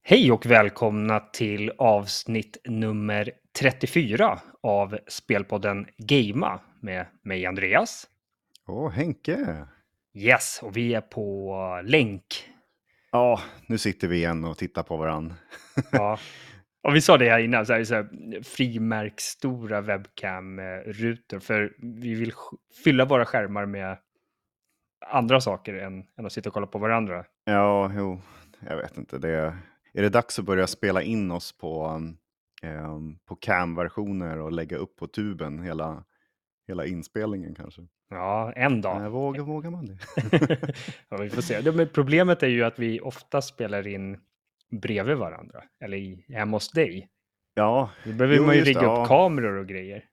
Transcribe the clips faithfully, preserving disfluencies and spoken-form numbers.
Hej och välkomna till avsnitt nummer trettiofyra av spelpodden Gamea med mig Andreas. Åh, Henke. Yes, och vi är på länk. Ja, nu sitter vi igen och tittar på varann. Ja, och vi sa det här innan, så här, så här frimärksstora webcam-rutor, för vi vill fylla våra skärmar med andra saker än, än att sitta och kolla på varandra. Ja, jo, jag vet inte. Det är, är det dags att börja spela in oss på, um, på cam-versioner och lägga upp på tuben hela, hela inspelningen kanske? Ja, en dag. Nej, vågar, vågar man det? Ja, vi får se. Det- Men problemet är ju att vi ofta spelar in bredvid varandra, eller i, hemma hos dig. Ja, Då behöver jo, man ju just det, rigga upp ja. kameror och grejer.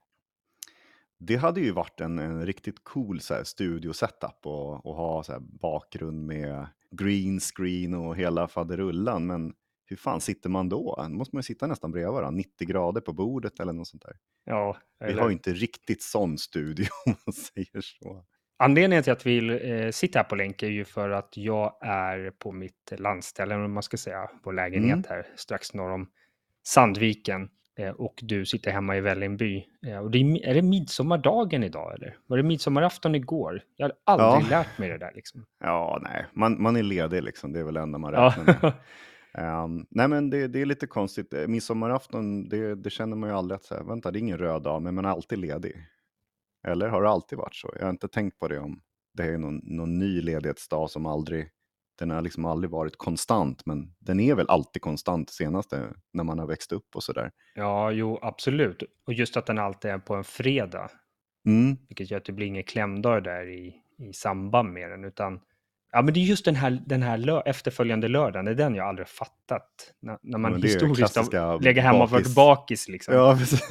Det hade ju varit en, en riktigt cool så här, studio-setup och, och ha så här, bakgrund med green screen och hela faderullan. Men hur fan sitter man då? Då måste man ju sitta nästan bredvid varandra, nittio grader på bordet eller något sånt där. Ja, Vi eller... har ju inte riktigt sån studio om man säger så. Anledningen till att vi eh, sitter här på länk är ju för att jag är på mitt landställe, om man ska säga, vår lägenhet Mm. här strax norr om Sandviken. Eh, och du sitter hemma i Vällingby. Eh, och det är, är det midsommardagen idag eller? Var det midsommarafton igår? Jag har aldrig Ja. lärt mig det där liksom. Ja, nej, man, man är ledig liksom, det är väl det enda man Ja. räknar med. Um, nej men det, det är lite konstigt, Eh, midsommarafton, det, det känner man ju aldrig att så här, vänta det är ingen röd dag, men man är alltid ledig. Eller har det alltid varit så? Jag har inte tänkt på det om det är någon, någon ny ledighetsdag som aldrig, den har liksom aldrig varit konstant, men den är väl alltid konstant senaste när man har växt upp och sådär. Ja, jo, absolut. Och just att den alltid är på en fredag. Mm. Vilket gör att det blir ingen klämdag där i, i samband med den. Utan, ja, men det är just den här, den här lö- efterföljande lördagen, det är den jag aldrig fattat. När, när man Men det är den historiskt har klassiska legat hemma och varit bakis. bakis liksom. Ja, precis.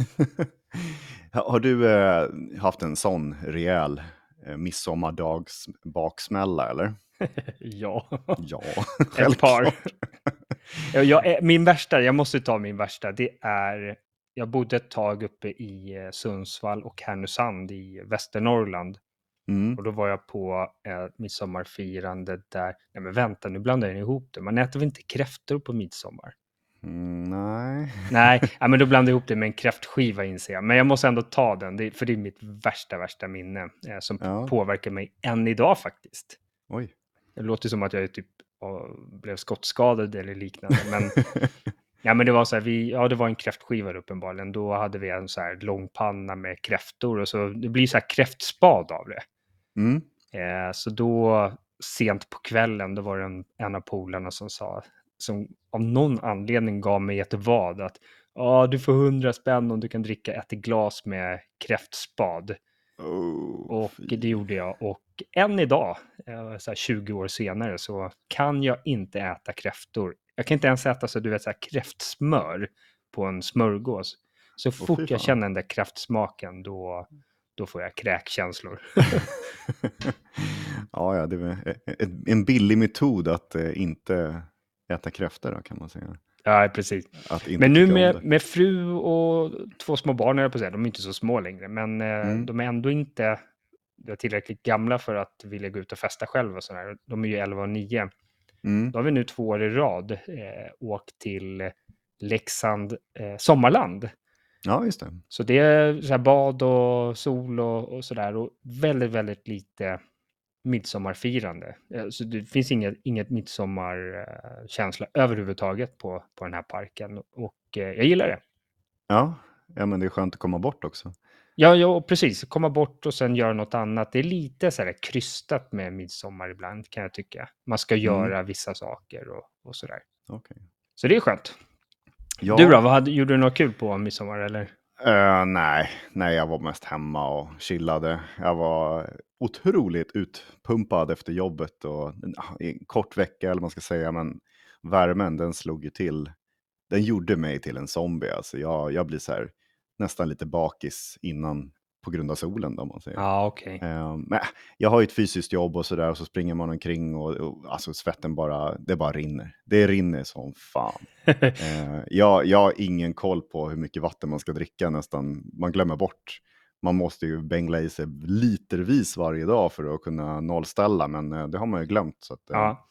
Har du eh, haft en sån rejäl eh, midsommardags baksmälla eller? Ja, Ja, ett par. självklart. Ja, jag, är- min värsta, jag måste ta min värsta, det är, jag bodde ett tag uppe i eh, Sundsvall och Härnösand i Västernorrland. Mm. Och då var jag på eh, midsommarfirande där, nej men vänta, nu blandar jag ihop det. Man äter väl inte kräftor på midsommar? Mm, nej. Nej, ja, men då blandar jag ihop det med en kräftskiva inser jag. Men jag måste ändå ta den, det, för det är mitt värsta, värsta minne eh, som Ja. påverkar mig än idag faktiskt. Oj. Det låter som att jag är typ och blev skottskadad eller liknande. Men, ja, men det var så här, vi, ja, det var en kräftskiva uppenbarligen. Då hade vi en så här långpanna med kräftor och så det blir så här kräftspad av det. Mm. Eh, så då sent på kvällen, då var det en, en av polarna som sa, som av någon anledning gav mig ett vad att ja, du får hundra spänn om du kan dricka ett glas med kräftspad. Oh, Och fy. det gjorde jag. Och än idag, eh, så här tjugo år senare, så kan jag inte äta kräftor. Jag kan inte ens äta så du vet, så här kräftsmör på en smörgås. Så Åh, fy fort jag fan. känner den där kräftsmaken, då, då får jag kräkkänslor. Ja, ja, det är väl en- en billig metod att eh, inte äta kräftor då, kan man säga. Ja, precis. Att inte Men nu tycka om med, det. med fru och två små barn, höll jag på att säga, de är inte så små längre, men eh, Mm. de är ändå inte de är tillräckligt gamla för att vilja gå ut och festa själv och sådär. De är ju elva och nio. Mm. Då har vi nu två år i rad eh, åkt till Leksand eh, Sommarland. Ja, just det. Så det är så här bad och sol och, och sådär och väldigt, väldigt lite midsommarfirande. Eh, Så det finns inget, inget midsommarkänsla överhuvudtaget på, på den här parken och eh, jag gillar det. Ja. Ja, men det är skönt att komma bort också. Ja, ja, precis. Komma bort och sen göra något annat. Det är lite så här krystat med midsommar ibland kan jag tycka. Man ska Mm. göra vissa saker och, och sådär. Okej. Så det är skönt. Ja. Du då, vad hade, gjorde du något kul på midsommar eller? Eh, nej, nej, jag var mest hemma och chillade. Jag var otroligt utpumpad efter jobbet och ah, i en kort vecka eller vad man ska säga, men värmen den slog ju till. Den gjorde mig till en zombie. Alltså jag, jag blir så här nästan lite bakis innan på grund av solen då, om man säger. Ja, okej. Eh, men jag har ju ett fysiskt jobb och så där och så springer man omkring och, och alltså svetten bara, det bara rinner. Det rinner som fan. Eh, jag, jag har ingen koll på hur mycket vatten man ska dricka nästan. Man glömmer bort. Man måste ju bängla i sig litervis varje dag för att kunna nollställa, men eh, det har man ju glömt. Så att, eh, Ja.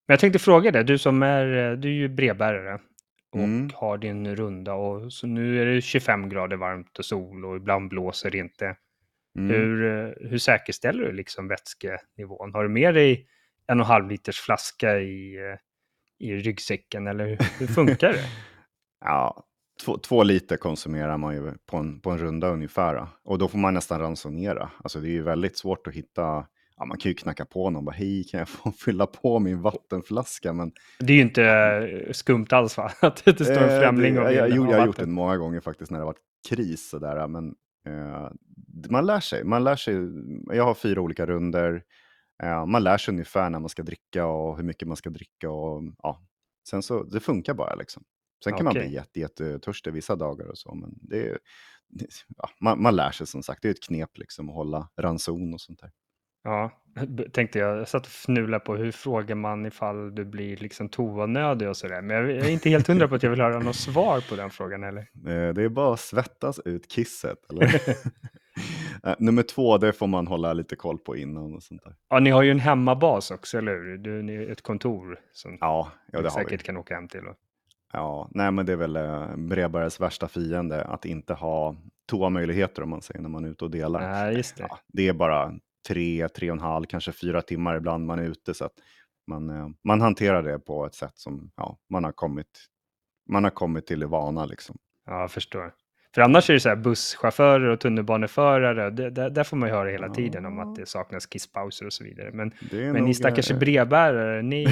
Men jag tänkte fråga dig, du som är, du är ju brevbärare och Mm, har din runda och så nu är det tjugofem grader varmt och sol och ibland blåser det inte. mm. Hur, eh, hur säkerställer du liksom vätskenivån? Har du med dig en och en halv liters flaska i, eh, i ryggsäcken eller hur, hur funkar det? Ja, två, två liter konsumerar man ju på en, på en runda ungefär. Då. Och då får man nästan ransonera. Alltså det är ju väldigt svårt att hitta, ja, man kan ju knacka på någon och bara hej, kan jag få fylla på min vattenflaska? Men Det är ju inte ja, eh, skumt alls va? Att det står en eh, det, främling och jag, jag, vill gjorde- ha jag har gjort det vatten. många gånger faktiskt när det har varit kris sådär. Men eh, man lär sig, man lär sig. Jag har fyra olika runder. Eh, man lär sig ungefär när man ska dricka och hur mycket man ska dricka. Och, ja. Sen så, det funkar bara liksom. Sen kan man bli Okej. jätte, jättetörstig vissa dagar och så. Men det är, det, ja, man, man lär sig som sagt. Det är ett knep liksom att hålla ranson och sånt där. Ja, b- tänkte jag. Jag satt och fnulade på hur frågar man ifall du blir liksom toanödig och sådär. Men jag jag är inte helt hundra på att jag vill höra något svar på den frågan heller. Eh, det är bara att svettas ut kisset. Eller? Eh, Nummer två, det får man hålla lite koll på innan och sånt där. Ja, ni har ju en hemmabas också, eller hur? Du, ni är ett kontor som Ja, ja du det har vi. säkert kan åka hem till. Och... Ja, nej men det är väl eh, brevbärares värsta fiende att inte ha toamöjligheter om man säger när man är ute och delar. Nej, Nej, just det. ja, det är bara tre, tre och en halv, kanske fyra timmar ibland man är ute så att man, eh, man hanterar det på ett sätt som ja, man har kommit, man har kommit till i vana liksom. Ja, jag förstår. För annars är det så här busschaufförer och tunnelbaneförare. Det, där, där får man ju höra hela tiden om att Ja, det saknas kisspauser och så vidare. Men, det är men ni nog... stackars Eh, brevbärare, ni,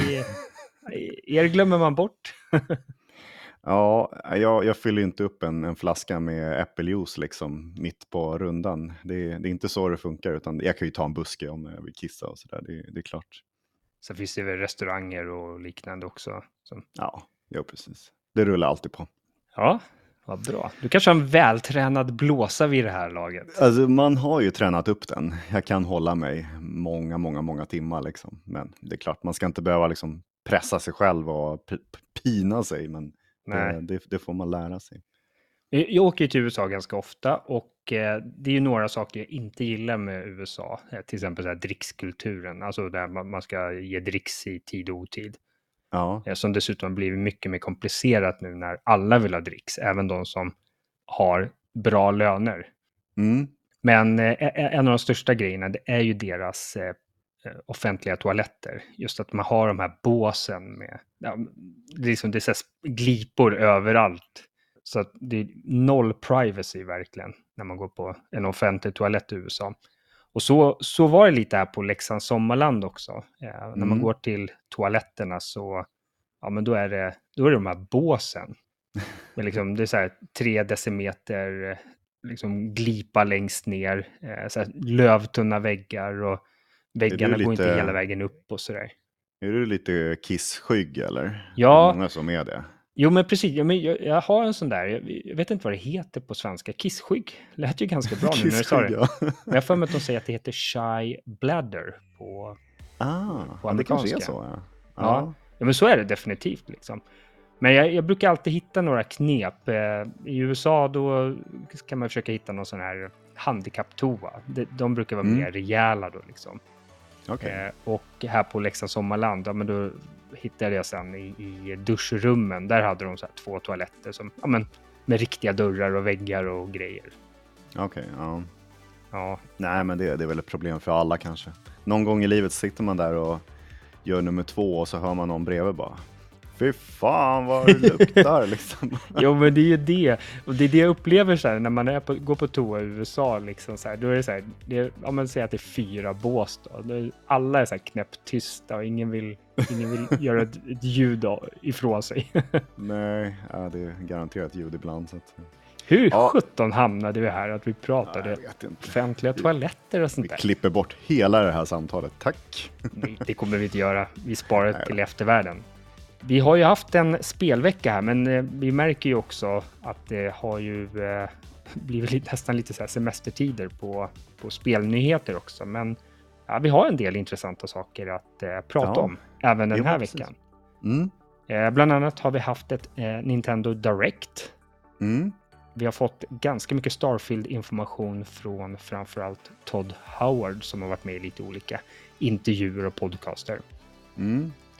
er glömmer man bort. ja, jag, jag fyller inte upp en, en flaska med äppeljuice liksom mitt på rundan. Det, det är inte så det funkar utan jag kan ju ta en buske om jag vill kissa och sådär. Det, det är klart. Så finns det väl restauranger och liknande också. Som... Ja, ja, precis. Det rullar alltid på. Ja, vad bra. Du kanske har en vältränad blåsa vid det här laget. Alltså man har ju tränat upp den. Jag kan hålla mig många, många, många timmar liksom. Men det är klart, man ska inte behöva liksom pressa sig själv och p- p- pina sig. Men Nej. det, det, det får man lära sig. Jag jag åker ju till U S A ganska ofta och eh, det är ju några saker jag inte gillar med U S A. Eh, till exempel så här drickskulturen, alltså där man, man ska ge dricks i tid och otid. Ja. Eh, som dessutom blir mycket mer komplicerat nu när alla vill ha dricks, även de som har bra löner. Mm. Men eh, e- en av de största grejerna det är ju deras eh, eh, offentliga toaletter. Just att man har de här båsen med, ja, det är liksom det är så här glipor överallt. Så att det är noll privacy verkligen när man går på en offentlig toalett i U S A. Och så, så var det lite här på Leksands Sommarland också. Eh, När man Mm. går till toaletterna så, ja men då är det, då är det de här båsen. Men liksom, det är så här tre decimeter eh, liksom glipa längst ner, eh, så här lövtunna väggar och väggarna du går inte lite- hela vägen upp och sådär. Är du lite kissskygg eller? Ja. Det är många som är det. Jo men precis, ja, men jag, jag har en sån där, jag, jag vet inte vad det heter på svenska, kisskygg. Lät ju ganska bra nu när du sa det. ja. Men jag har för mig att de säger att det heter shy bladder på, Ah, på ja, det kanske är amerikanska. så. Ja. Ja. Ja, men så är det definitivt liksom. Men jag, jag brukar alltid hitta några knep. Eh, I U S A då kan man försöka hitta någon sån här handikapptoa. De, de brukar vara Mm. mer rejäla då liksom. Okej. Eh, och här på Leksands Sommarland, ja, men då hittade jag sen i, i duschrummen. Där hade de så här två toaletter som, ja, men, med riktiga dörrar och väggar och grejer. Okej, ja. Ja, Nej, men det, det är väl ett problem för alla kanske. Någon gång i livet sitter man där och gör nummer två och så hör man någon bredvid bara. Fy fan vad det luktar liksom. jo men det är ju det. Och det är det jag upplever så här när man är på, går på toa i U S A liksom så här. Då är det så här, det är, om man säger att det är fyra bås då. då är, alla är så här knäpptysta och ingen vill, ingen vill göra ett, ett ljud av, ifrån sig. Nej, ja, det är garanterat ljud ibland. Så att... Hur Ja. sjutton hamnade vi här att vi Ja, pratade jag vet inte. offentliga toaletter och sånt Vi där? klipper bort hela det här samtalet, tack. Nej, det kommer vi inte göra. Vi sparar det Nej. till eftervärlden. Vi har ju haft en spelvecka här, men eh, vi märker ju också att det har ju eh, blivit lite, nästan lite så här semestertider på, på spelnyheter också. Men ja, vi har en del intressanta saker att eh, prata Ja. om även den Jo, här precis. veckan. Mm. Eh, bland annat har vi haft ett eh, Nintendo Direct. Mm. Vi har fått ganska mycket Starfield-information från framförallt Todd Howard som har varit med i lite olika intervjuer och podcaster. Mm.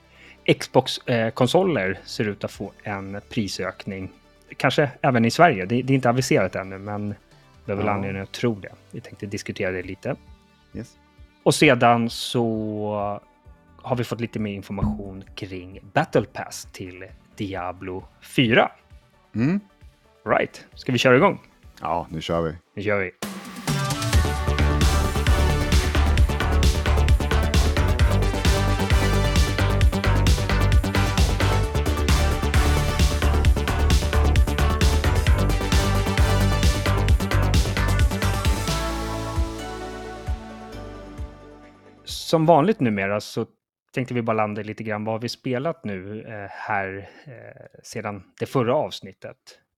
Xbox-konsoler ser ut att få en prisökning. Kanske även i Sverige. Det, det är inte aviserat ännu, men det är väl Ja. anledningen att tro det. Vi tänkte diskutera det lite. Yes. Och sedan så har vi fått lite mer information kring Battle Pass till Diablo fyra. Mm. Right, ska vi köra igång? Ja, nu kör vi. Nu kör vi. Som vanligt numera så tänkte vi bara landa lite grann. Vad har vi spelat nu eh, här eh, sedan det förra avsnittet?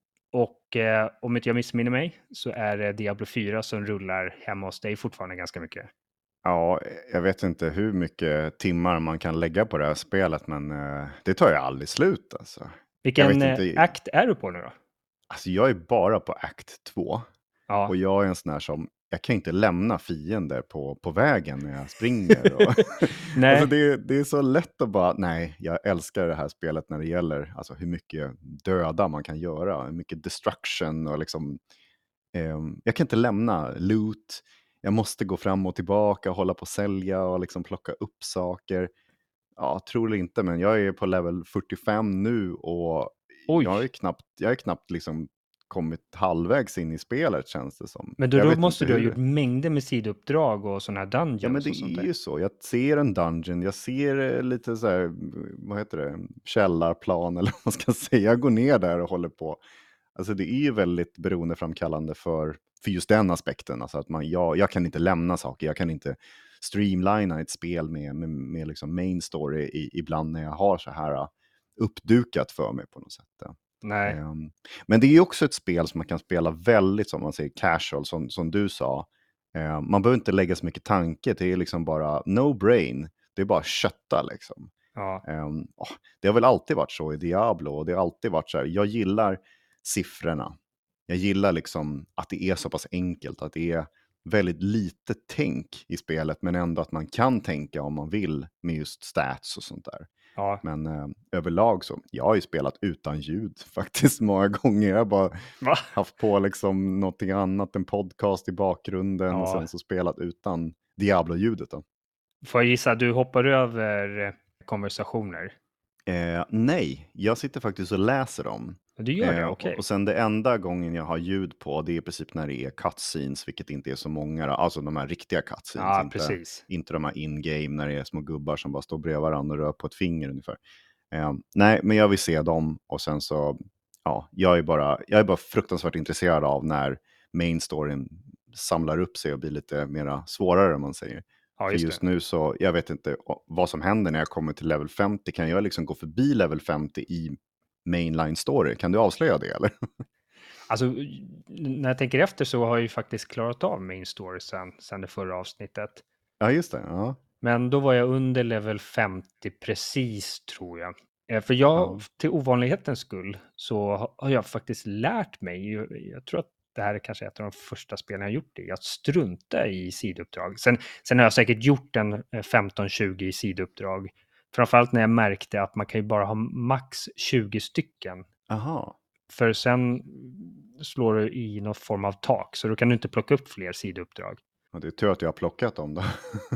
Och eh, om inte jag missminner mig så är det Diablo fyra som rullar hemma hos dig fortfarande ganska mycket. Ja, jag vet inte hur mycket timmar man kan lägga på det här spelet, men eh, det tar ju aldrig slut alltså. Vilken Jag vet inte- eh, akt är du på nu då? Alltså jag är bara på akt två. Ja. Och jag är en sån här som, jag kan inte lämna fiender på, på vägen när jag springer. Och Nej. alltså det, det är så lätt att bara, nej, jag älskar det här spelet när det gäller alltså hur mycket döda man kan göra. Hur mycket destruction och liksom, eh, jag kan inte lämna loot. Jag måste gå fram och tillbaka och hålla på att sälja och liksom plocka upp saker. Ja, tror det inte, men jag är på level fyrtiofem nu och Oj. jag är knappt, jag är knappt liksom kommit halvvägs in i spelet, känns det som. Men då, Jag då vet måste inte du ha hur- gjort mängder med sidouppdrag och sådana här dungeons Ja, men det och sånt är där. ju så. Jag ser en dungeon, jag ser eh, lite så här, vad heter det, källarplan eller vad man ska säga. Jag går ner där och håller på. Alltså det är ju väldigt beroendeframkallande för, för just den aspekten. Alltså att man, jag, jag kan inte lämna saker, jag kan inte streamlina ett spel med, med, med liksom main story i, ibland när jag har så här uh, uppdukat för mig på något sätt. uh. Nej. Ehm, men det är ju också ett spel som man kan spela väldigt, som man säger, casual, som, som du sa. Ehm, man behöver inte lägga så mycket tanke, det är liksom bara no brain. Det är bara kötta liksom. Ja. Ehm, åh, det har väl alltid varit så i Diablo, och det har alltid varit så här, jag gillar siffrorna. Jag gillar liksom att det är så pass enkelt, att det är väldigt lite tänk i spelet, men ändå att man kan tänka om man vill med just stats och sånt där. Ja. Men eh, överlag så, jag har ju spelat utan ljud faktiskt många gånger. Jag har bara Va? haft på liksom någonting annat, en podcast i bakgrunden Ja. och sen så spelat utan Diablo-ljudet då. Får jag gissa, du hoppar över eh, konversationer? Eh, nej, jag sitter faktiskt och läser dem. Du gör det, Eh, okej. och, och sen det enda gången jag har ljud på, det är i princip när det är cutscenes, vilket inte är så många då. Alltså de här riktiga cutscenes, Ja, inte, precis. inte de här in-game när det är små gubbar som bara står bredvid varandra och rör på ett finger ungefär. Eh, nej, men jag vill se dem, och sen så, ja, jag är bara, jag är bara fruktansvärt intresserad av när main storyn samlar upp sig och blir lite mera svårare, om man säger. Ja, För just, just det. nu så, jag vet inte o- vad som händer när jag kommer till level femtio. Kan jag liksom gå förbi level femtio i mainline story? Kan du avslöja det eller? Alltså, när jag tänker efter så har jag ju faktiskt klarat av main story sen, sen det förra avsnittet. Ja, just det. Ja. Men då var jag under level femtio precis, tror jag. Eh, För jag, Ja. till ovanlighetens skull, så ha- har jag faktiskt lärt mig, jag, jag tror att det här är kanske ett av de första spelen jag gjort i, att strunta i sidouppdrag. Sen, sen har jag säkert gjort en eh, femton tjugo sidouppdrag. Framförallt när jag märkte att man kan ju bara ha max tjugo stycken. Aha. För sen slår du i någon form av tak, så då kan du inte plocka upp fler sidouppdrag. Ja, det är tur att jag har plockat dem då.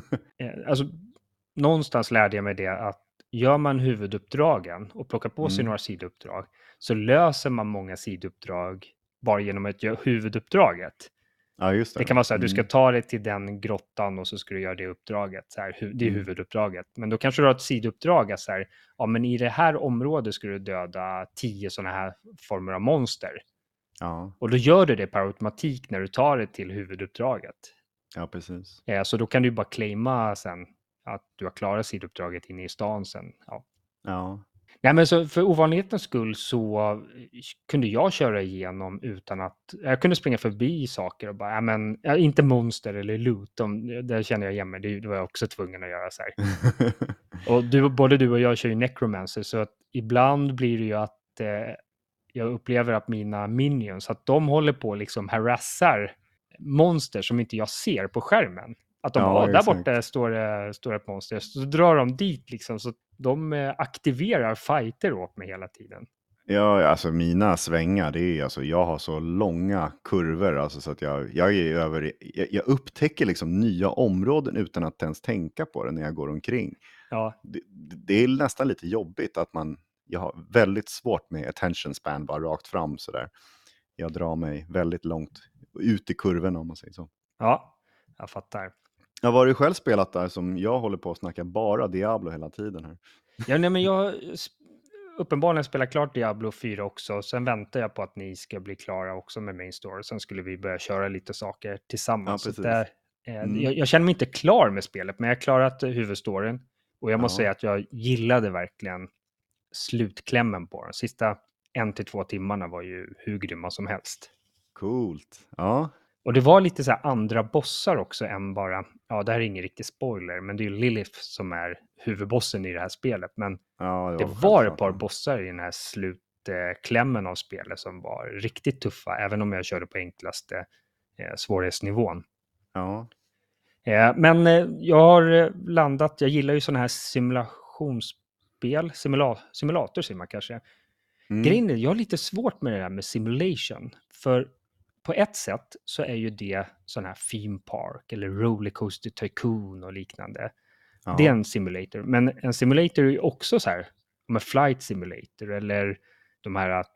Eh, Alltså, någonstans lärde jag mig det att gör man huvuduppdragen och plockar på sig Mm. några sidouppdrag, så löser man många sidouppdrag bara genom att göra huvuduppdraget. Ja, just det. Det kan vara så här, du ska Mm. ta dig till den grottan och så ska du göra det uppdraget. Så här, hu- det är Mm. huvuduppdraget. Men då kanske du har ett sidouppdrag att så här, ja, men i det här området ska du döda tio sådana här former av monster. Ja, Och då gör du det per automatik när du tar det till huvuduppdraget. ja, precis. Eh, Så då kan du bara claima sen att du har klarat sidouppdraget inne i stan sen. Ja. Ja. Nej, men så för ovanlighetens skull så eh, kunde jag köra igenom utan att... Jag kunde springa förbi saker och bara, ja, men, ja, inte monster eller loot, de, där känner jag igen mig. Det, det var jag också tvungen att göra så här. Och du, både du och jag kör ju necromancer, så att ibland blir det ju att eh, jag upplever att mina minions, att de håller på och liksom harassar monster som inte jag ser på skärmen. Att de bara, Ja, "Åh, där exakt. borta står det, står ett monster." Så drar de dit liksom, så de eh, aktiverar fighter åt mig hela tiden. Ja, alltså mina svängar, det är alltså, jag har så långa kurvor, alltså så att jag, jag är över, jag, jag upptäcker liksom nya områden utan att ens tänka på det när jag går omkring. Ja, Det, det är nästan lite jobbigt att man, jag har väldigt svårt med attention span bara rakt fram sådär. Jag drar mig väldigt långt ut i kurvorna om man säger så. ja, jag fattar. Ja, vad har du själv spelat där som jag håller på att snacka bara Diablo hela tiden här? Ja, nej, men jag s- uppenbarligen spelar klart Diablo fyra också. Sen väntar jag på att ni ska bli klara också med Main Story. Sen skulle vi börja köra lite saker Ja, tillsammans. Så precis. där, eh, Mm. jag, jag känner mig inte klar med spelet, men jag har klarat eh, huvudstoryn. Och jag måste Ja. säga att jag gillade verkligen slutklämmen på den. Sista en till två timmarna var ju hur grymma som helst. Coolt. Ja. Och det var lite så här andra bossar också än bara, ja det här är ingen riktig spoiler, men det är ju Lilith som är huvudbossen i det här spelet. Men Ja, det det var väl var ett självklart, par ja. bossar i den här slutklämmen av spelet som var riktigt tuffa, även om jag körde på enklaste eh, svårighetsnivån. Ja. Eh, men eh, jag har eh, landat, jag gillar ju sådana här simulationsspel, simula, simulator säger man kanske. Mm. Grejen är, jag har lite svårt med det här med simulation. För på ett sätt så är ju det sån här theme park eller rollercoaster tycoon och liknande. Ja. Det är en simulator. Men en simulator är ju också så här, med flight simulator eller de här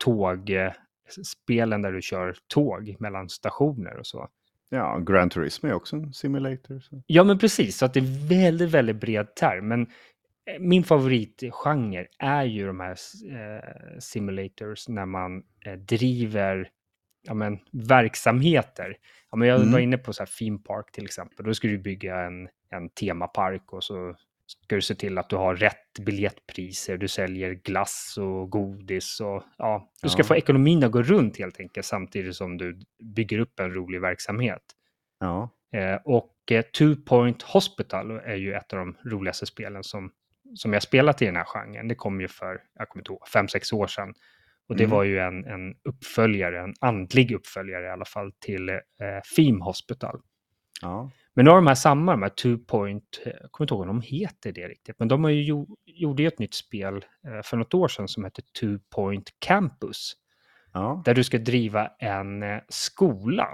tågspelen där du kör tåg mellan stationer och så. Ja, Gran Turismo är också en simulator. Så. Ja, men precis. Så att det är väldigt, väldigt bred term. Men min favoritgenre är ju de här eh, simulators när man eh, driver ja, men, verksamheter. Ja, men jag Mm. var inne på så här theme park till exempel. Då ska du bygga en, en temapark och så ska du se till att du har rätt biljettpriser. Du säljer glass och godis och ja, du ska Ja. få ekonomin att gå runt helt enkelt samtidigt som du bygger upp en rolig verksamhet. Ja. Eh, och eh, Two Point Hospital är ju ett av de roligaste spelen som, som jag spelat i den här genren. Det kom ju för, jag kommer inte ihåg, fem, sex år sedan. Och det Mm. var ju en, en uppföljare, en andlig uppföljare i alla fall till eh, Theme Hospital. Ja. Men nu har de här samma, de här Two Point, jag kommer inte ihåg vad de heter det riktigt, men de har ju jo, gjorde ju ett nytt spel eh, för något år sedan som heter Two Point Campus. Ja. Där du ska driva en eh, skola.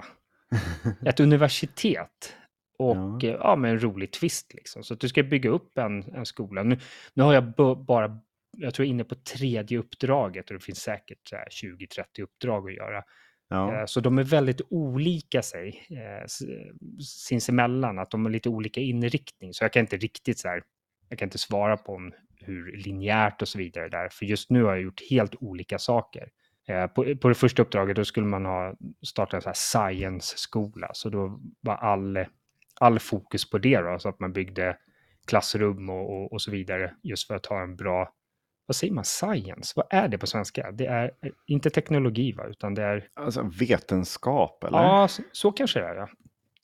Ett universitet och Ja. ja. ja, med en rolig twist liksom. Så att du ska bygga upp en, en skola. Nu, nu har jag b- bara, jag tror jag är inne på tredje uppdraget och det finns säkert så här tjugo trettio uppdrag att göra. Ja. Eh, så de är väldigt olika sig eh, s- sinsemellan, att de har lite olika inriktning. Så jag kan inte riktigt så här, jag kan inte svara på om hur linjärt och så vidare där. För just nu har jag gjort helt olika saker. Eh, På, på det första uppdraget då skulle man ha startat en så här science-skola. Så då var all, all fokus på det då, så att man byggde klassrum och, och, och så vidare. Just för att ha en bra, vad säger man, science? Vad är det på svenska? Det är inte teknologi va, utan det är, Alltså vetenskap eller? ja, så, så kanske det är ja.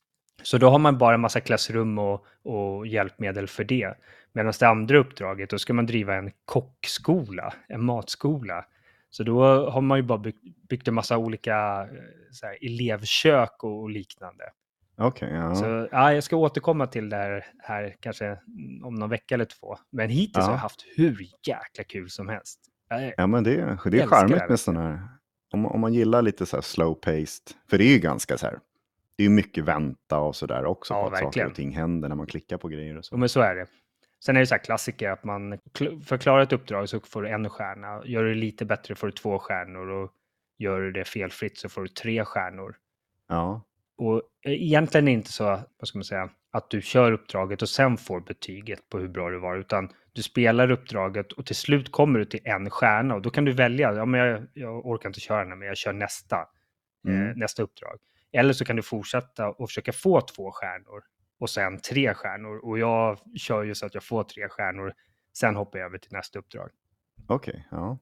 Så då har man bara en massa klassrum och, och hjälpmedel för det. Medan det andra uppdraget, då ska man driva en kockskola, en matskola. Så då har man ju bara byggt, byggt en massa olika eh, så här, elevkök och, och liknande. Okej, ja. Så ja, jag ska återkomma till det här, här kanske mm, om någon vecka eller två. Men hittills Ja. har jag haft hur jäkla kul som helst. Jag är- Ja, men det, det är älskar det charmigt här med sådana här. Om, om man gillar lite så här slow-paced. För det är ju ganska så här. Det är ju mycket vänta och så där också Ja, på att saker verkligen. och ting händer när man klickar på grejer och så. Jo, men så är det. Sen är det så här klassiker att man kl- för att klara ett uppdrag så får du en stjärna. Gör du det lite bättre får du två stjärnor och gör du det felfritt så får du tre stjärnor. Ja. Och egentligen är det inte så, vad ska man säga, att du kör uppdraget och sen får betyget på hur bra du var, utan du spelar uppdraget och till slut kommer du till en stjärna och då kan du välja, ja men jag, jag orkar inte köra den men jag kör nästa, Mm. eh, nästa uppdrag. Eller så kan du fortsätta och försöka få två stjärnor och sen tre stjärnor och jag kör ju så att jag får tre stjärnor, sen hoppar jag över till nästa uppdrag. Okej, ja.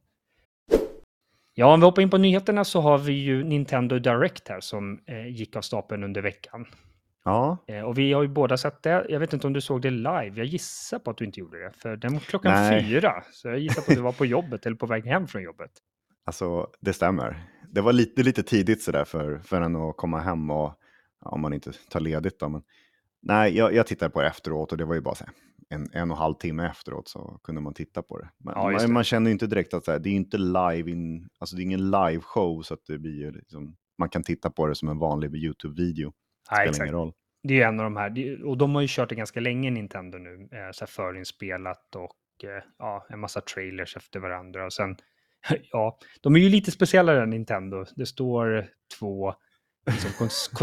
Ja, om vi hoppar in på nyheterna så har vi ju Nintendo Direct här som eh, gick av stapeln under veckan. Ja. Eh, och vi har ju båda sett det. Jag vet inte om du såg det live. Jag gissar på att du inte gjorde det. För den var klockan Nej. fyra. Så jag gissar på att du var på jobbet eller på väg hem från jobbet. Alltså, det stämmer. Det var lite, lite tidigt sådär för, för en att komma hem och ja, om man inte tar ledigt då. Men Nej, jag, jag tittade på det efteråt och det var ju bara så här, en, en och en halv timme efteråt så kunde man titta på det. Ja, Man, just man, det. man känner ju inte direkt att så här, det är inte live in, alltså det är ingen live show så att det blir ju liksom, man kan titta på det som en vanlig YouTube-video. Ja, Spelar ingen exakt. roll. Det är ju en av de här, det- och de har ju kört det ganska länge, Nintendo nu, eh, så här förinspelat och eh, ja, en massa trailers efter varandra. Och sen, ja, de är ju lite speciellare än Nintendo. Det står två liksom, kos-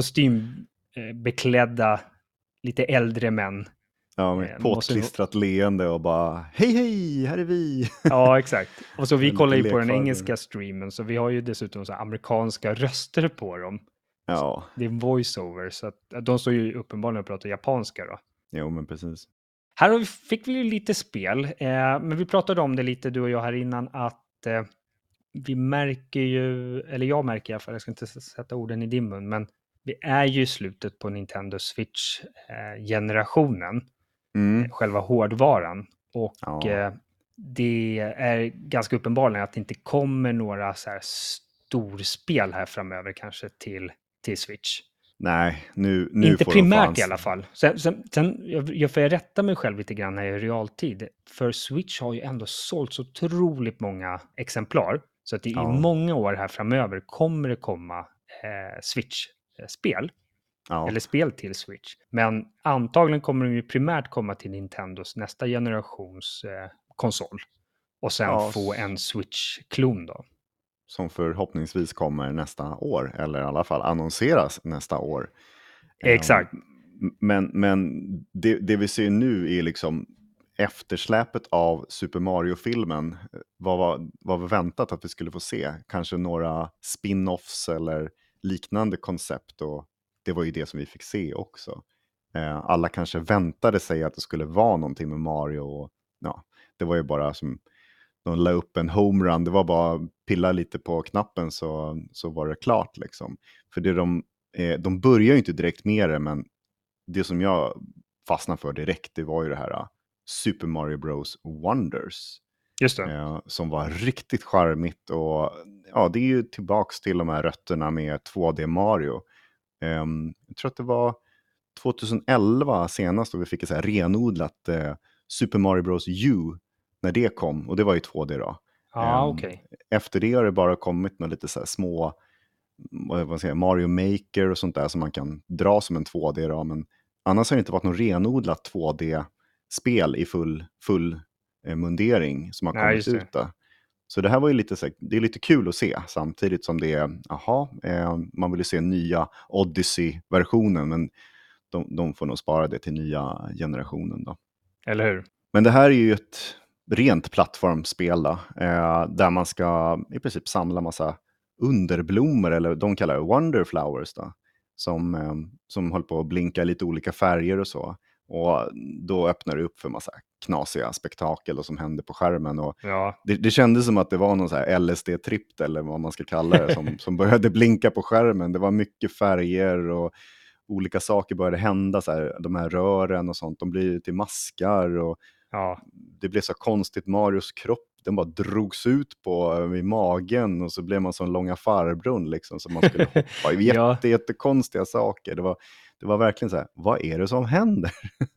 kostymbeklädda, lite äldre män. Ja, Eh, med måste nog- påtklistrat leende och bara hej hej, här är vi. Ja, exakt. Och så vi Lite kollar ju på den lekfarbror. engelska streamen, så vi har ju dessutom så här amerikanska röster på dem. Ja, Det är voiceover, så att att de står ju uppenbarligen och pratar japanska då. jo men precis. Här har vi, fick vi ju lite spel, eh, men vi pratade om det lite du och jag här innan att eh, vi märker ju, eller jag märker i alla fall, jag ska inte s- sätta orden i din mun, men vi är ju i slutet på Nintendo Switch-generationen, Mm. själva hårdvaran. Och Ja. eh, det är ganska uppenbarligen att det inte kommer några så här storspel här framöver kanske till, till Switch. Nej, nu, nu Inte får de primärt fan... i alla fall. Sen, sen, sen jag, jag får rätta mig själv lite grann här i realtid. För Switch har ju ändå sålt så otroligt många exemplar. Så att det Ja. i många år här framöver kommer det komma eh, Switch-spel. Ja. Eller spel till Switch. Men antagligen kommer de ju primärt komma till Nintendos nästa generations eh, konsol. Och sen Ja, få s- en Switch-klon då. Som förhoppningsvis kommer nästa år, eller i alla fall annonseras nästa år. Exakt. Um, men men det, det vi ser nu är liksom eftersläpet av Super Mario-filmen. Vad var, vad var väntat att vi skulle få se? Kanske några spin-offs eller liknande koncept. Och det var ju det som vi fick se också. Uh, alla kanske väntade sig att det skulle vara någonting med Mario. Och, ja, det var ju bara som... De la upp en homerun, det var bara pilla lite på knappen så, så var det klart liksom. För det de, eh, de börjar ju inte direkt med det, men det som jag fastnade för direkt, det var ju det här uh, Super Mario Bros Wonders. Just det. Eh, som var riktigt charmigt och ja, det är ju tillbaks till de här rötterna med två D Mario. Eh, jag tror att det var tjugoelva senast då vi fick ett så här renodlat eh, Super Mario Bros U när det kom, och det var ju två D då. Ja, Um, okej. Efter det har det bara kommit med lite så här små, vad vad säger jag, Mario Maker och sånt där som man kan dra som en två D då, men annars har det inte varit något renodlat två D-spel i full, full eh, mundering som har Nej, kommit just det. ut där. Så det här var ju lite, så här, det är lite kul att se, samtidigt som det är, jaha, eh, man vill ju se nya Odyssey-versionen, men de, de får nog spara det till nya generationen då. Eller hur? Men det här är ju ett rent plattformsspel då, eh, där man ska i princip samla massa underblommor, eller de kallar det wonderflowers då, som, eh, som håller på att blinka i lite olika färger och så. Och då öppnar det upp för massa knasiga spektakel och som händer på skärmen. Och Ja. det, det kändes som att det var någon så här L S D-tripp eller vad man ska kalla det, som, som började blinka på skärmen. Det var mycket färger och olika saker började hända, så här, de här rören och sånt, de blir till maskar och Ja. det blev så konstigt, Marios kropp, den bara drogs ut på i magen och så blev man som långa farbrorn liksom, så man skulle hoppa. Jätte, Ja. jättekonstiga saker. Det var, det var verkligen så här, vad är det som händer?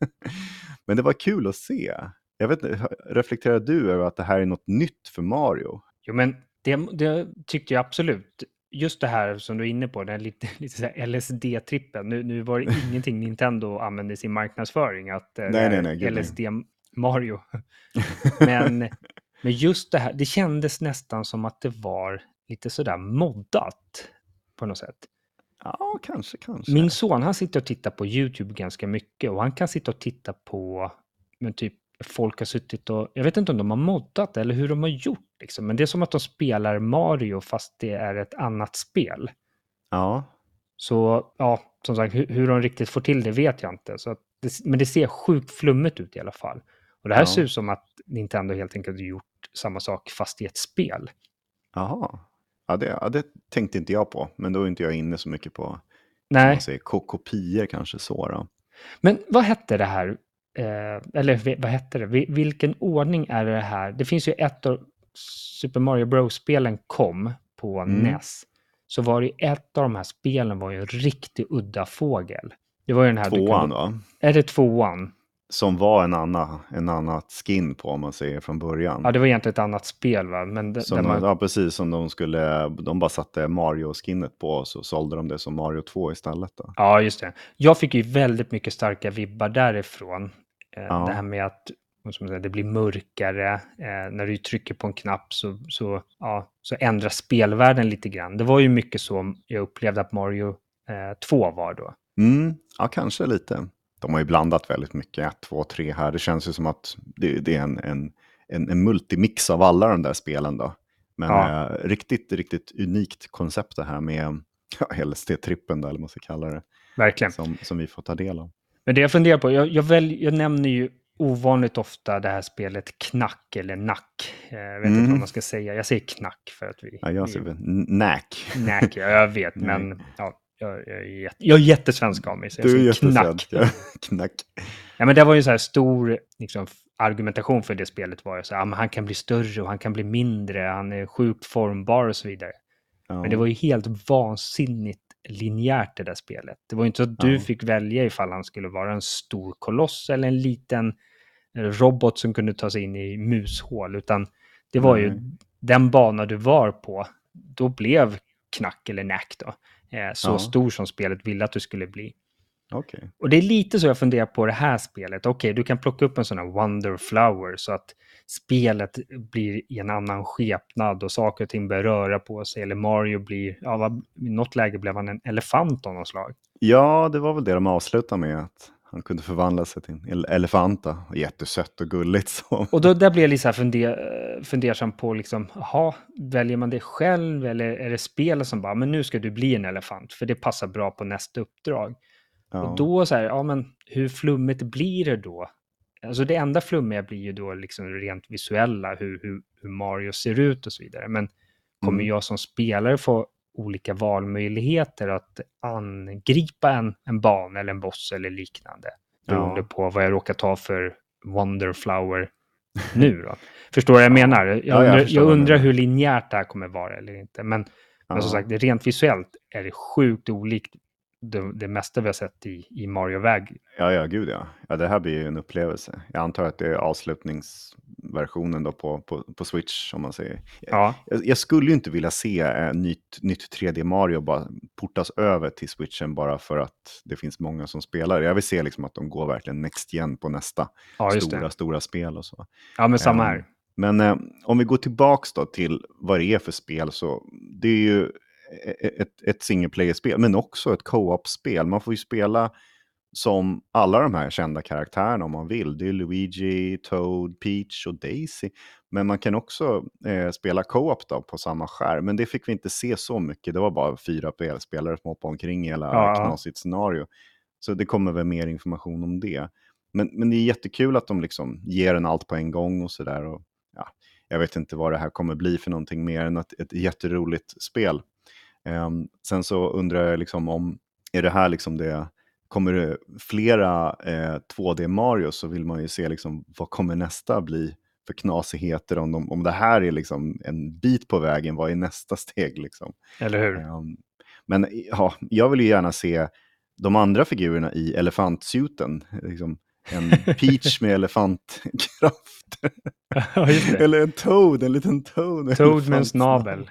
Men det var kul att se. Jag vet inte, reflekterar du över att det här är något nytt för Mario? Jo, men det, det tyckte jag absolut. Just det här som du är inne på, den lite, lite så här L S D-trippen. Nu, nu var det ingenting Nintendo använde i sin marknadsföring, att eh, det Nej, nej, är nej, gud, L nej. S D Mario. Men, men just det här, det kändes nästan som att det var lite sådär moddat på något sätt. Ja, kanske, kanske. Min son, han sitter och tittar på YouTube ganska mycket och han kan sitta och titta på, men typ folk har suttit och, jag vet inte om de har moddat eller hur de har gjort liksom, men det är som att de spelar Mario fast det är ett annat spel. Ja. Så ja, som sagt, hur, hur de riktigt får till det vet jag inte. Så att det, men det ser sjukt flummigt ut i alla fall. Och det här Ja. ser ut som att Nintendo helt enkelt har gjort samma sak fast i ett spel. Jaha. Ja, det, ja, det tänkte inte jag på, men då är inte jag inne så mycket på, Nej. man säger, kopior kanske så då. Men vad hette det här? Eh, eller vi- vad hette det? Vi- Vilken ordning är det här? Det finns ju ett av Super Mario Bros-spelen kom på Mm. N E S. Så var det ett av de här spelen var ju en riktig udda fågel. Det var ju den här du Tvåan kunde... va? Är det tvåan? Som var en annan, en annat skin på, om man säger från början. Ja, det var egentligen ett annat spel va? Men det, Som där de, man... Ja, precis som de skulle, de bara satte Mario-skinnet på och så sålde de det som Mario två istället då. Ja, just det. Jag fick ju väldigt mycket starka vibbar därifrån. Eh, Ja. Det här med att som säga, det blir mörkare. Eh, när du trycker på en knapp så, så, ja, så ändras spelvärlden lite grann. Det var ju mycket så jag upplevde att Mario eh, två var då. Mm, ja, kanske lite. De har ju blandat väldigt mycket, ett, två, tre här. Det känns ju som att det, det är en, en, en, en multimix av alla de där spelen då. Men Ja. eh, riktigt, riktigt unikt koncept det här med ja, L S D-trippen då, eller vad man ska kalla det. Verkligen. Som, som vi får ta del av. Men det jag funderar på, jag, jag, väl, jag nämner ju ovanligt ofta det här spelet Knack eller Nack. Eh, Jag vet Mm. inte vad man ska säga. Jag säger Knack för att vi... Ja, jag vi ser väl Nack. Nack, ja, jag vet, Nej. men ja, jag, jag, är jätte, jag är jättesvensk av mig, så jag Du är säger Knack. jättesvensk. Ja. Knack. Ja, men det var ju så här stor liksom, argumentation för det spelet var ju så här, ja, men han kan bli större och han kan bli mindre, han är sjukt formbar och så vidare. Ja. Men det var ju helt vansinnigt linjärt det där spelet. Det var ju inte så att du Ja. fick välja ifall han skulle vara en stor koloss eller en liten robot som kunde ta sig in i mushål, utan det var Nej. ju den bana du var på, då blev Knack eller Nack då. Eh, så Ja. stor som spelet ville att du skulle bli. Okej. Och det är lite så jag funderar på det här spelet. Okej, du kan plocka upp en sån här Wonder Flower så att spelet blir i en annan skepnad och saker och ting börjar röra på sig. Eller Mario blir, ja, vad, i något läge blev han en elefant av något slag. Ja, det var väl det de avslutade med, att han kunde förvandla sig till en elefanta. Jättesött och gulligt så. Och då där blir jag lite så här funder, fundersam på liksom, jaha, väljer man det själv eller är det spelet som bara, men nu ska du bli en elefant för det passar bra på nästa uppdrag. Ja. Och då så här, ja men hur flummigt blir det då? Alltså det enda flummiga blir ju då liksom rent visuella, hur, hur, hur Mario ser ut och så vidare. Men kommer Mm. jag som spelare få olika valmöjligheter att angripa en, en bana eller en boss eller liknande? Beroende Ja. på vad jag råkar ta för Wonder Flower nu då. Förstår du vad jag menar? Jag Ja, jag undrar, förstår jag vad du undrar menar. hur linjärt det här kommer vara eller inte. Men, men som Ja. sagt, det rent visuellt är det sjukt olikt det, det mesta vi har sett i, i Mario-väg. Ja, ja, gud ja. Ja, det här blir ju en upplevelse. Jag antar att det är avslutningsversionen då på, på, på Switch, om man säger. Ja, Jag, jag skulle ju inte vilja se äh, nytt, nytt tre D Mario bara portas över till Switchen bara för att det finns många som spelar. Jag vill se liksom att de går verkligen next gen på nästa ja just stora, det. stora spel och så. Ja, men samma Ehm, här. Men eh, om vi går tillbaks då till vad det är för spel, så det är ju e- ett, ett single player-spel, men också ett co-op-spel. Man får ju spela som alla de här kända karaktärerna om man vill. Det är Luigi, Toad, Peach och Daisy. Men man kan också eh, spela co-op då på samma skärm. Men det fick vi inte se så mycket. Det var bara fyra spel- spelare som hoppade omkring i hela Ja. knasigt scenario. Så det kommer väl mer information om det. Men, men det är jättekul att de liksom ger en allt på en gång och sådär. Och ja, jag vet inte vad det här kommer bli för någonting mer än ett, ett jätteroligt spel. Um, sen så undrar jag liksom om, är det här liksom det, kommer det flera eh, två D Mario, så vill man ju se liksom vad kommer nästa bli för knasigheter. Om, de, om det här är liksom en bit på vägen, vad är nästa steg liksom? Eller hur? Um, men ja, jag vill ju gärna se de andra figurerna i elefantsuiten. Liksom en Peach med elefantkraft. Ja, just det. Eller en Toad, en liten Toad. med Toad med en elefantsnabel. snabel.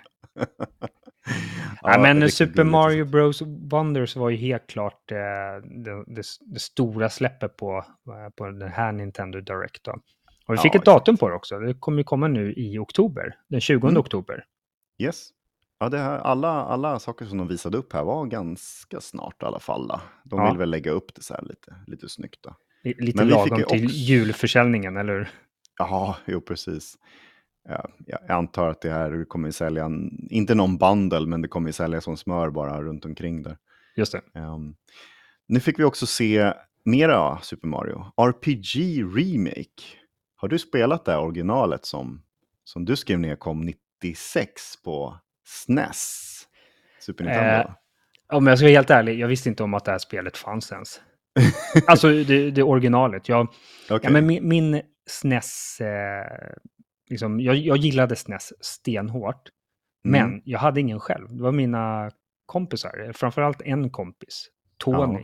Ja, Ja, men riktigt Super gulligt. Mario Bros. Wonders var ju helt klart eh, det, det, det stora släppet på, eh, på den här Nintendo Direct då. Och vi Ja, fick ett exakt. datum på det också. Det kommer ju komma nu i oktober. Den tjugonde Mm. oktober. Yes. Ja, det här, alla, alla saker som de visade upp här var ganska snart i alla fall. Då. De Ja. vill väl lägga upp det så här lite, lite snyggt då. I- Lite Men vi fick lagom ju till också- julförsäljningen, eller hur? Ja, jo precis. Ja, jag antar att det här kommer att sälja, en, inte någon bundle, men det kommer att sälja som smör bara runt omkring där. Just det. Um, nu fick vi också se mera Super Mario. R P G Remake. Har du spelat det här originalet som, som du skrev ner kom nittiosex på S N E S? Super Nintendo. Eh, Om jag ska vara helt ärlig, jag visste inte om att det här spelet fanns ens. Alltså det, det originalet. Jag, Okej. ja, men min, min S N E S, eh, liksom, jag, jag gillade S N E S stenhårt. Men Mm. jag hade ingen själv. Det var mina kompisar, framförallt en kompis, Tony. Ja.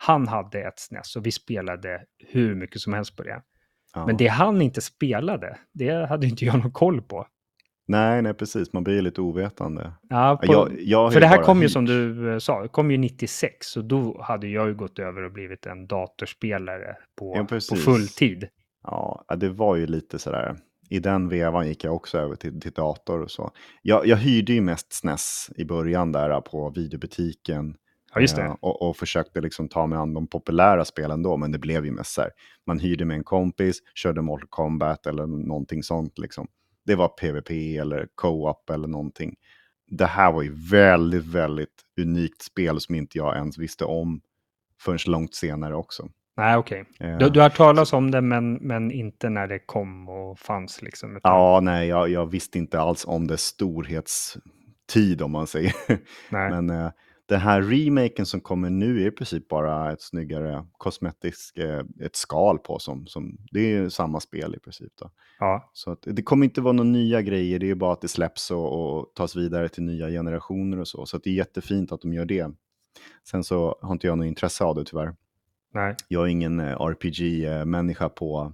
han hade ett S N E S och vi spelade hur mycket som helst på det. Ja. Men det han inte spelade, det hade inte jag någon koll på. Nej, nej, precis. Man blir lite ovetande. Ja, på, Jag, jag har för ju det här bara kom ju hyrt. som du eh, sa, det kom ju nittiosex och då hade jag ju gått över och blivit en datorspelare på, Ja, på precis. full tid. Ja, det var ju lite sådär. I den vevan gick jag också över till, till dator och så. Jag, jag hyrde ju mest S N E S i början där på videobutiken. Ja, just det. eh, och, och försökte liksom ta mig an de populära spelen då, men det blev ju mest så här. Man hyrde med en kompis, körde Mortal Kombat eller någonting sånt liksom. Det var PvP eller co-op eller någonting. Det här var ju väldigt, väldigt unikt spel som inte jag ens visste om förrän långt senare också. Nej, okej. Eh, Du, du har talat om det, men, men inte när det kom och fanns liksom. Utan, Ja, nej, jag, jag visste inte alls om dess storhetstid om man säger. nej. Men eh, den här remaken som kommer nu är i princip bara ett snyggare kosmetiskt, eh, ett skal på som, som, det är ju samma spel i princip då. Ja, Så att det kommer inte vara några nya grejer, det är ju bara att det släpps och, och tas vidare till nya generationer och så. Så att det är jättefint att de gör det. Sen så har inte jag något intresse av det tyvärr. nej. Jag är ingen eh, R P G-människa på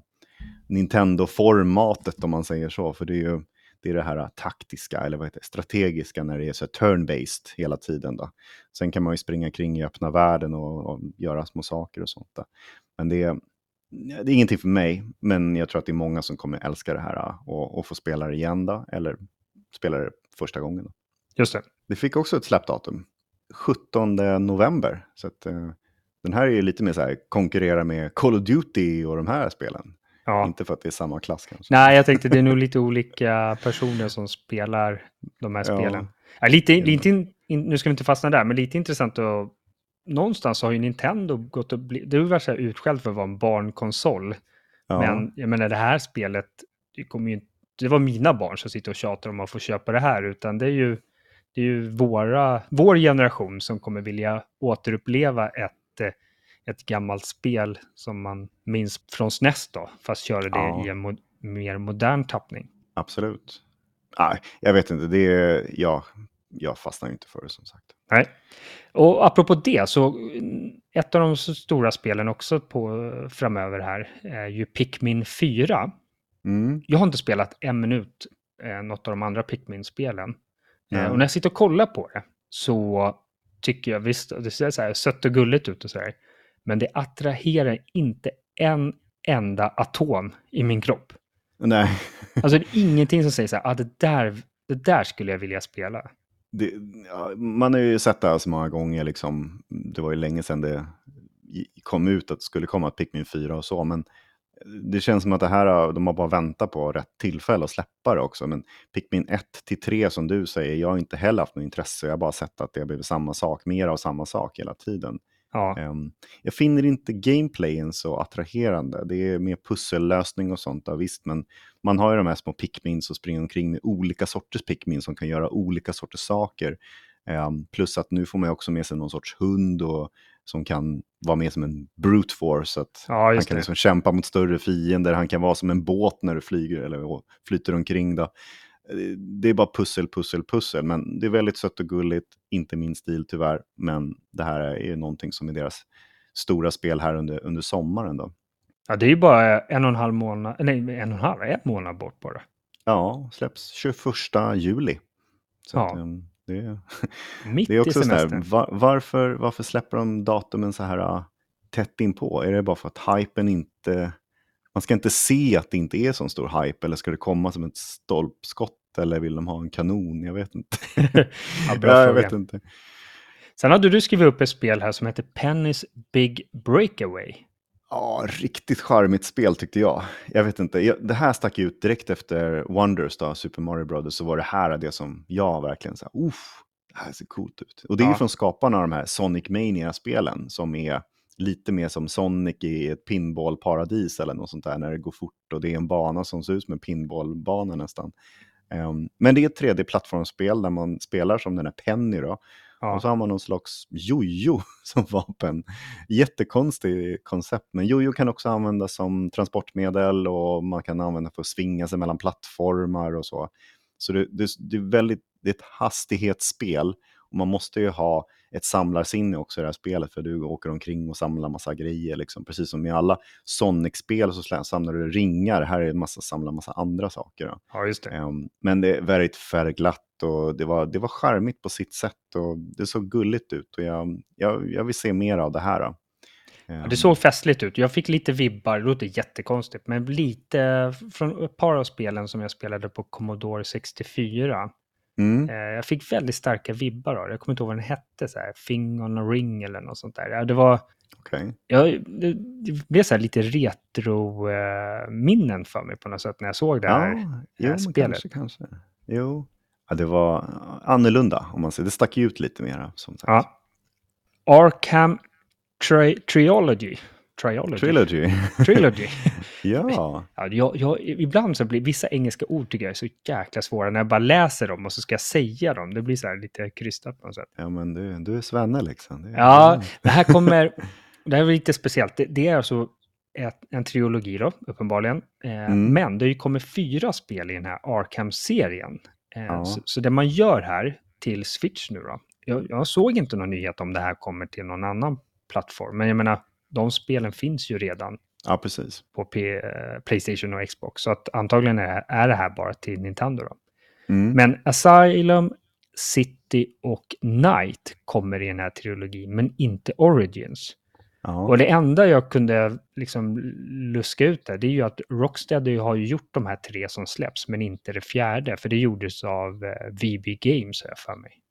Nintendo-formatet om man säger så. För det är ju det, är det här taktiska eller vad heter det, strategiska när det är så turn-based hela tiden. Då. Sen kan man ju springa kring i öppna världen och, och göra små saker och sånt. Då. Men det är, det är ingenting för mig. Men jag tror att det är många som kommer älska det här och, och få spela det igen då. Eller spela det första gången. Då. Just det. Det fick också ett släppdatum. sjuttonde november. Så att, eh, den här är ju lite mer så här konkurrera med Call of Duty och de här spelen. Ja. Inte för att det är samma klass kanske. Nej, jag tänkte det är nog lite olika personer som spelar de här Ja. spelen. Ja, lite, lite in, in, nu ska vi inte fastna där, men lite intressant att någonstans har ju Nintendo gått och bli, det är ju så här utskällt för att vara en barnkonsol. Ja. Men jag menar det här spelet, det kommer ju, det var mina barn som sitter och tjatar om att få köpa det här, utan det är ju, det är ju våra, vår generation som kommer vilja återuppleva ett, ett gammalt spel som man minns från S N E S då, fast köra det Ja. i en mo- mer modern tappning. Absolut. Nej, jag vet inte. Det är, ja, jag fastnar ju inte för det som sagt. Nej. Och apropå det, så ett av de stora spelen också på framöver här är ju Pikmin fyra. Mm. Jag har inte spelat en minut eh, något av de andra Pikmin-spelen. Nej. Eh, och när jag sitter och kollar på det så tycker jag visst, det ser så här sött och gulligt ut och så här. Men det attraherar inte en enda atom i min kropp. Nej. Alltså det är ingenting som säger så här, ah, det, där, det där skulle jag vilja spela. Det, ja, man har ju sett det här så många gånger. Liksom. Det var ju länge sedan det kom ut att det skulle komma ett Pikmin fyra och så. Men det känns som att det här, de har bara väntat på rätt tillfälle att släppa det också. Men Pikmin ett till tre som du säger, jag har inte heller haft något intresse. Jag har bara sett att det har blivit samma sak, mer av samma sak hela tiden. Ja. Um, jag finner inte gameplayen så attraherande. Det är mer pussellösning och sånt där, visst. Men man har ju de här små Pikmin som springer omkring med olika sorters Pikmin som kan göra olika sorters saker. Um, plus att nu får man också med sig någon sorts hund och, som kan vara med som en brute force. Att Ja, han just kan det. liksom kämpa mot större fiender. Han kan vara som en båt när du flyger eller flyter omkring. Då. Det är bara pussel, pussel, pussel. Men det är väldigt sött och gulligt. Inte min stil tyvärr. Men det här är ju någonting som är deras stora spel här under, under sommaren då. Ja, det är ju bara en och en halv månad, nej en och en halv, en månad bort bara. Ja, släpps tjugoförsta juli. Så Ja. att, um, det, är, Mitt det är också i så här, semestern. var, varför, varför släpper de datumen så här uh, tätt in på? Är det bara för att hypen inte... Man ska inte se att det inte är så stor hype, eller ska det komma som ett stolpskott, eller vill de ha en kanon? Jag vet inte. Ja, bra ja, jag fråga. vet inte. Sen hade du skrivit upp ett spel här som heter Penny's Big Breakaway. Ja, riktigt charmigt spel tyckte jag. Jag vet inte, jag, det här stack ut direkt efter Wonders då, Super Mario Brothers, så var det här det som jag verkligen sa, uff, det här ser coolt ut. Och det är Ja. ju från skaparna av de här Sonic Mania-spelen som är lite mer som Sonic i ett pinballparadis eller något sånt där när det går fort och det är en bana som ser ut som en pinballbana nästan. Um, men det är ett tre D-plattformsspel där man spelar som den här Penny då. Ja. Och så har man någon slags jojo som vapen. Jättekonstig koncept. Men jojo kan också användas som transportmedel och man kan använda för att svinga sig mellan plattformar och så. Så det, det, det är väldigt det är ett hastighetsspel och man måste ju ha ett samlarsinne också i det här spelet, för du åker omkring och samlar massa grejer liksom. Precis som i alla Sonic-spel så samlar du ringar, här är det en massa samlar massa andra saker. Då. Ja, just det. Um, men det är väldigt färgglatt och det var, det var charmigt på sitt sätt och det såg gulligt ut och jag, jag, jag vill se mer av det här. Då. Ja, det såg festligt ut. Jag fick lite vibbar, det låter jättekonstigt, men lite från ett par av spelen som jag spelade på Commodore sextiofyra. Mm. Eh, jag fick väldigt starka vibbar av det. Jag kommer inte ihåg vad den hette, så här, Thing on a Ring eller något sånt där. Ja, det var... Okay. Ja, det, det blev så här lite retro-minnen för mig på något sätt när jag såg det här, ja, det här jo, spelet. Kanske, kanske. Jo. Ja, det var annorlunda om man säger. Det stack ut lite mer. Som sagt. Ja. Arkham tri- Trilogy. Trilogy. Trilogy. Trilogy. ja. Ja, jag, jag, ibland så blir vissa engelska ord tycker jag är så jäkla svåra när jag bara läser dem och så ska jag säga dem. Det blir så här lite krystat på något sätt. Ja, men du, du är svenne liksom. Det är ja, bra. det här kommer... Det här är lite speciellt. Det, det är alltså ett, en trilogi då, uppenbarligen. Eh, Mm. Men det kommer fyra spel i den här Arkham-serien. Eh, Ja. så, så det man gör här till Switch nu då. Jag, jag såg inte någon nyhet om det här kommer till någon annan plattform. Men jag menar, de spelen finns ju redan Ja, precis. på P, PlayStation och Xbox. Så att antagligen är, är det här bara till Nintendo då. Mm. Men Asylum, City och Night kommer i den här trilogin, men inte Origins. Ja. Och det enda jag kunde liksom luska ut där, det är ju att Rocksteady har ju gjort de här tre som släpps, men inte det fjärde, för det gjordes av eh, V B Games här för mig.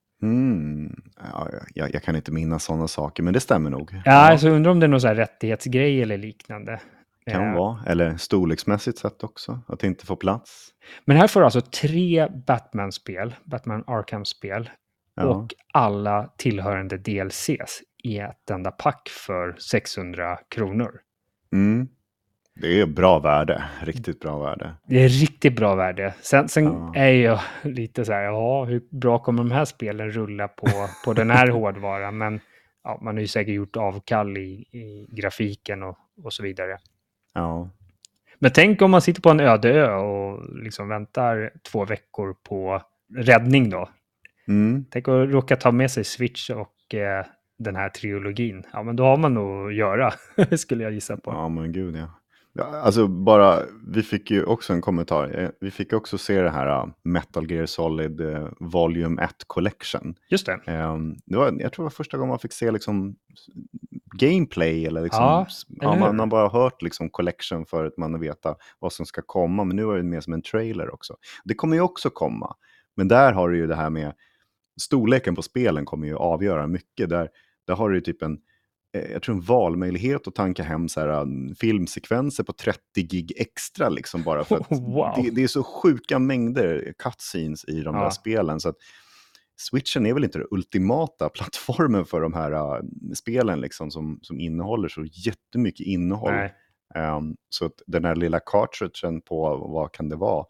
Mm. Ja, jag, jag kan inte minnas sådana saker, men det stämmer nog. Ja, Ja. alltså undrar om det är någon så här rättighetsgrej eller liknande. Kan Eh, vara, eller storleksmässigt sett också, att det inte får plats. Men här får du alltså tre Batman-spel, Batman Arkham-spel, Ja. och alla tillhörande D L Cs i ett enda pack för sexhundra kronor. Mm. Det är bra värde, riktigt bra värde. Det är riktigt bra värde. Sen, sen Ja. är jag lite så här, ja, hur bra kommer de här spelen rulla på, på den här hårdvaran? Men ja, man har ju säkert gjort avkall i, i grafiken och, och så vidare. Ja. Men tänk om man sitter på en öde ö och liksom väntar två veckor på räddning då. Mm. Tänk att råka ta med sig Switch och eh, den här trilogin. Ja, men då har man nog att göra, skulle jag gissa på. Ja, men gud ja. Ja, alltså bara, vi fick ju också en kommentar. Eh, Vi fick också se det här uh, Metal Gear Solid uh, Volume ett Collection. Just det. Um, det var, jag tror det var första gången man fick se liksom gameplay eller liksom, Ja, ja, eller man hur? har bara hört liksom collection för att man vet vad som ska komma, men nu var det mer som en trailer också. Det kommer ju också komma, men där har du ju det här med storleken på spelen kommer ju avgöra mycket. Där, där har du ju typ en jag tror en valmöjlighet att tanka hem så här, um, filmsekvenser på trettio gig extra liksom bara för att Wow. det, det är så sjuka mängder cutscenes i de Ja. där spelen så att Switchen är väl inte den ultimata plattformen för de här uh, spelen liksom som, som innehåller så jättemycket innehåll. Nej. Um, så att den här lilla cartridgen på, vad kan det vara?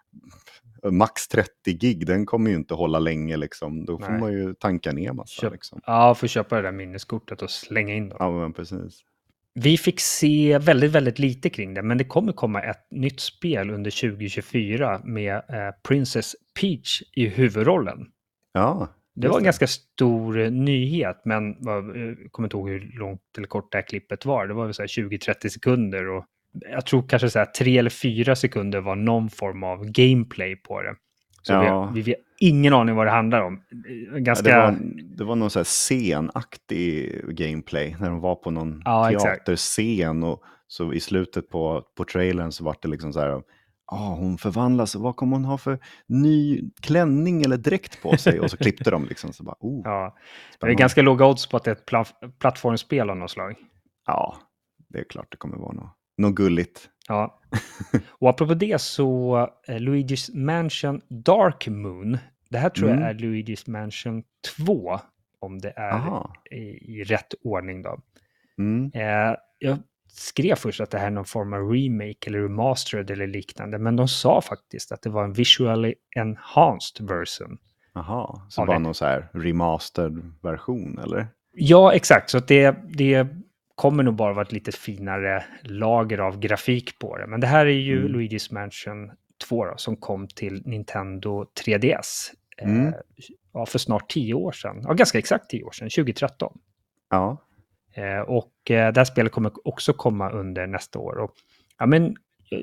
Max trettio gig, den kommer ju inte hålla länge liksom. Då får Nej. man ju tanka ner massa Köp, liksom. ja, får köpa det där minneskortet och slänga in dem. Ja, men precis. Vi fick se väldigt, väldigt lite kring det, men det kommer komma ett nytt spel under tjugo tjugofyra med eh, Princess Peach i huvudrollen. Ja, Det var en ganska stor nyhet, men jag kommer inte ihåg hur långt eller kort det här klippet var. Det var väl så här tjugo till trettio sekunder och jag tror kanske så här tre eller fyra sekunder var någon form av gameplay på det. Så Ja. vi, vi vet ingen aning vad det handlar om. Ganska... Ja, det, var, det var någon så här scenaktig gameplay när de var på någon Ja, teaterscen och så i slutet på, på trailern så var det liksom så här, ah, hon förvandlas, vad kommer hon ha för ny klänning eller dräkt på sig? Och så klippte de liksom så bara, oh, Ja, det är spännande. ganska låga odds på att det är ett pla- plattformsspel av något slag. Ja, det är klart det kommer vara något, något gulligt. Ja, och apropå det så eh, Luigi's Mansion Dark Moon, det här tror Mm. jag är Luigi's Mansion två, om det är Aha. i, i rätt ordning då. Mm. Eh, jag skrev först att det här är någon form av remake eller remastered eller liknande, men de sa faktiskt att det var en visually enhanced version. Aha, så Av bara det. någon så här remastered version eller? Ja, exakt, så att det, det kommer nog bara vara ett lite finare lager av grafik på det. Men det här är ju Mm. Luigi's Mansion två då, som kom till Nintendo tre D S Mm. eh, ja, för snart tio år sedan. Ja, ganska exakt tio år sedan, tjugohundratretton. Ja. Eh, och eh, det här spelet kommer också komma under nästa år. Och, ja, men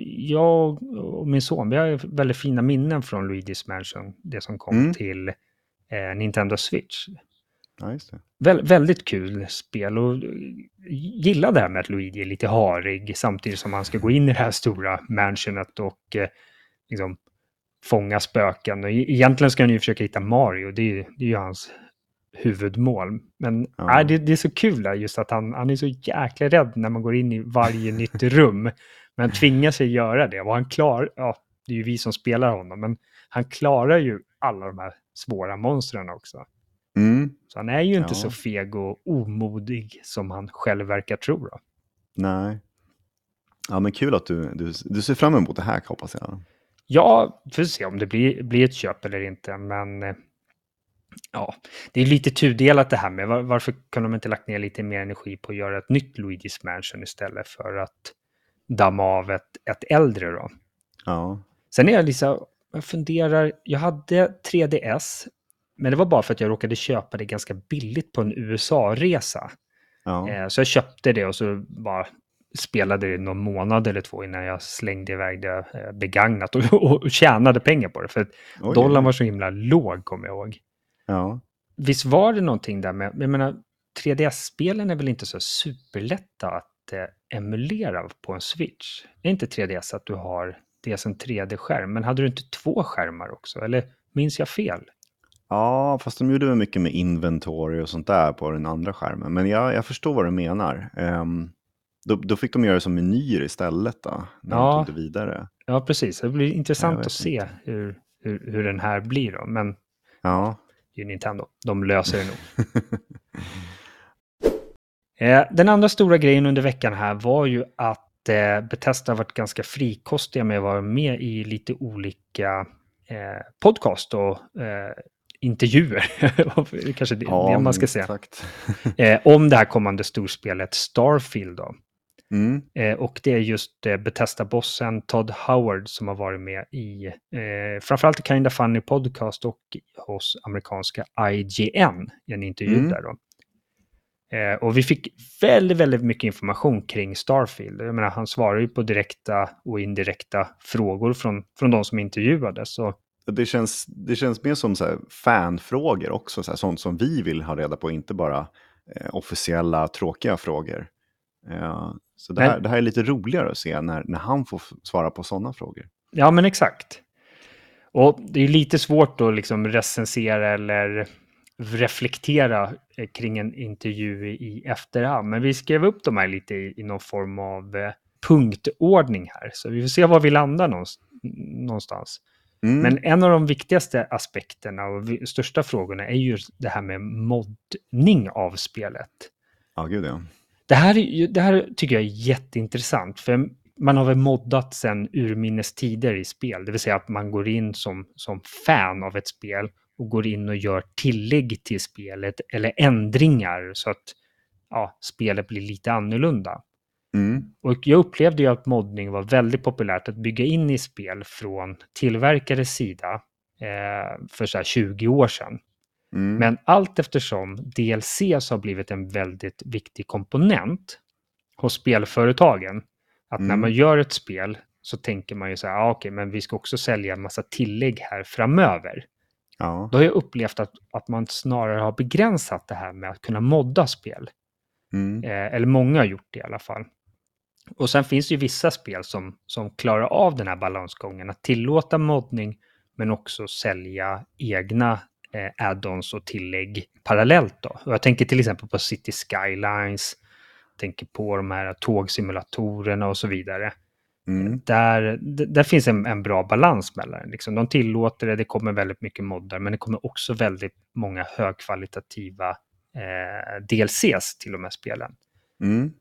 jag och min son, vi har väldigt fina minnen från Luigi's Mansion, det som kom Mm. till eh, Nintendo Switch. Ja, just det. Vä- väldigt kul spel och gillar det här med att Luigi är lite harig samtidigt som han ska gå in i det här stora mansionet och eh, liksom fånga spöken. Och e- egentligen ska han ju försöka hitta Mario, det är ju, det är ju hans huvudmål. Men Ja. äh, det, det är så kul där, just att han, han är så jäkla rädd när man går in i varje nytt rum. Men han tvingar sig göra det och han klarar, ja, det är ju vi som spelar honom, men han klarar ju alla de här svåra monstren också. Mm. Så han är ju inte Ja. så feg och omodig som han själv verkar tro då. Nej. Ja, men kul att du, du, du ser fram emot det här, hoppas jag. Ja, får se om det blir, blir ett köp eller inte, men eh, ja, det är lite tudelat det här med var, varför kunde de inte lagt ner lite mer energi på att göra ett nytt Luigi's Mansion istället för att damma av ett, ett äldre då. Ja. Sen är jag liksom, jag funderar, jag hade tre D S, men det var bara för att jag råkade köpa det ganska billigt på en U S A-resa. Ja. Eh, så jag köpte det och så bara spelade det någon månad eller två innan jag slängde iväg det eh, begagnat och, och tjänade pengar på det. För att Oj, dollarn oj. var så himla låg, kommer jag ihåg. Ja. Visst var det någonting där med, jag menar, tre D S-spelen är väl inte så superlätta att eh, emulera på en Switch? Det är inte tre D S att du har det som tre D-skärm, men hade du inte två skärmar också? Eller minns jag fel? Ja, fast de gjorde väl mycket med inventory och sånt där på den andra skärmen. Men jag, jag förstår vad du menar. Um, då, då fick de göra det som menyer istället då, när Ja. de tog det vidare. Ja, precis. Det blir Jag intressant vet att se inte. hur, hur, hur den här blir då. Men Ja. det är ju Nintendo. De löser det nog. eh, den andra stora grejen under veckan här var ju att eh, Bethesda har varit ganska frikostiga med att vara med i lite olika eh, podcast och eh, intervjuer. Kanske det, Ja, det man ska minst säga. sagt. eh, om det här kommande storspelet Starfield då. Mm. Eh, och det är just eh, Bethesda-bossen Todd Howard som har varit med i eh, framförallt Kinda Funny Podcast och hos amerikanska I G N i en intervju Mm. där då. Eh, och vi fick väldigt, väldigt mycket information kring Starfield. Jag menar, han svarar ju på direkta och indirekta frågor från, från de som intervjuades. Så Det känns, det känns mer som så här fanfrågor också, så här, sånt som vi vill ha reda på, inte bara eh, officiella tråkiga frågor. Eh, så det här, Men- det här är lite roligare att se när, när han får f- svara på sådana frågor. ja, men exakt. Och det är lite svårt att liksom recensera eller reflektera eh, kring en intervju i efterhand. Men vi skrev upp de här lite i, i någon form av eh, punktordning här. Så vi får se var vi landar någonstans. någonstans. Mm. Men en av de viktigaste aspekterna och vi, största frågorna är ju det här med moddning av spelet. Ja, gud ja. Det här, är ju- det här tycker jag är jätteintressant, för man har väl moddat sedan urminnes tider i spel, det vill säga att man går in som, som fan av ett spel och går in och gör tillägg till spelet eller ändringar så att ja, spelet blir lite annorlunda. Mm. Och jag upplevde ju att moddning var väldigt populärt att bygga in i spel från tillverkares sida eh, för så här tjugo år sedan. Mm. Men allt eftersom D L Cs har blivit en väldigt viktig komponent hos spelföretagen. Att när Mm. man gör ett spel så tänker man ju så här, ah, okej, men vi ska också sälja en massa tillägg här framöver. Ja. Då har jag upplevt att, att man snarare har begränsat det här med att kunna modda spel. Mm. Eh, eller många har gjort det i alla fall. Och sen finns det ju vissa spel som, som klarar av den här balansgången. Att tillåta moddning men också sälja egna eh, add-ons och tillägg parallellt då. Och jag tänker till exempel på City Skylines, tänker på de här tågsimulatorerna och så vidare. Mm. Där, d- där finns en, en bra balans mellan. Liksom, de tillåter det, det kommer väldigt mycket moddar, men det kommer också väldigt många högkvalitativa eh, D L Cs till de här spelen. Mm.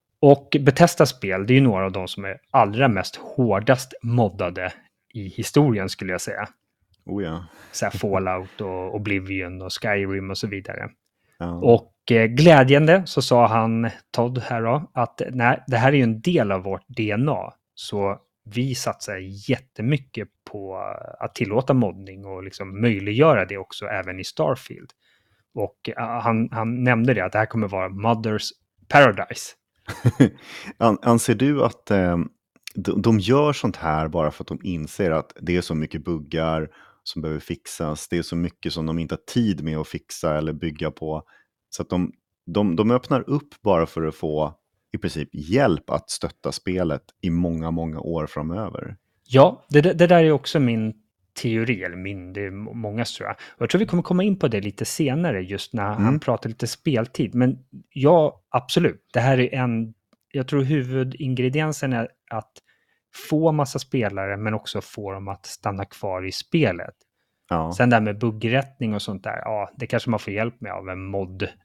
Och Bethesdas spel, det är ju några av de som är allra mest hårdast moddade i historien skulle jag säga. Oh ja. Så här Fallout och Oblivion och Skyrim och så vidare. Ja. Och eh, glädjande så sa han, Todd här då, att nej, det här är ju en del av vårt D N A. Så vi satsar jättemycket på att tillåta moddning och liksom möjliggöra det också även i Starfield. Och uh, han, han nämnde det, att det här kommer vara Modders Paradise. An- Anser du att eh, de, de gör sånt här bara för att de inser att det är så mycket buggar som behöver fixas, det är så mycket som de inte har tid med att fixa eller bygga på, så att de, de, de öppnar upp bara för att få i princip hjälp att stötta spelet i många, många år framöver? Ja, det, det där är också min teori, eller min, det är mångas tror jag. Och jag tror vi kommer komma in på det lite senare, just när Mm. han pratar lite speltid. Men ja, absolut. Det här är en, jag tror huvudingrediensen är att få massa spelare, men också få dem att stanna kvar i spelet. Ja. Sen där med buggrättning och sånt där, ja, det kanske man får hjälp med av en mod. Eh,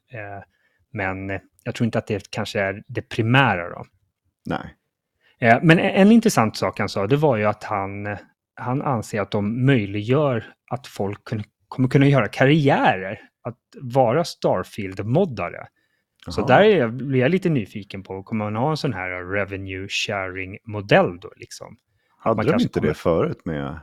men jag tror inte att det kanske är det primära då. Nej. Eh, men en, en intressant sak han sa, det var ju att han, han anser att de möjliggör att folk kun, kommer kunna göra karriärer, att vara Starfield-moddare. Så Jaha. där är jag, blir jag lite nyfiken på, kommer man ha en sån här revenue sharing-modell då liksom? Hade man de kanske inte kommer- det förut med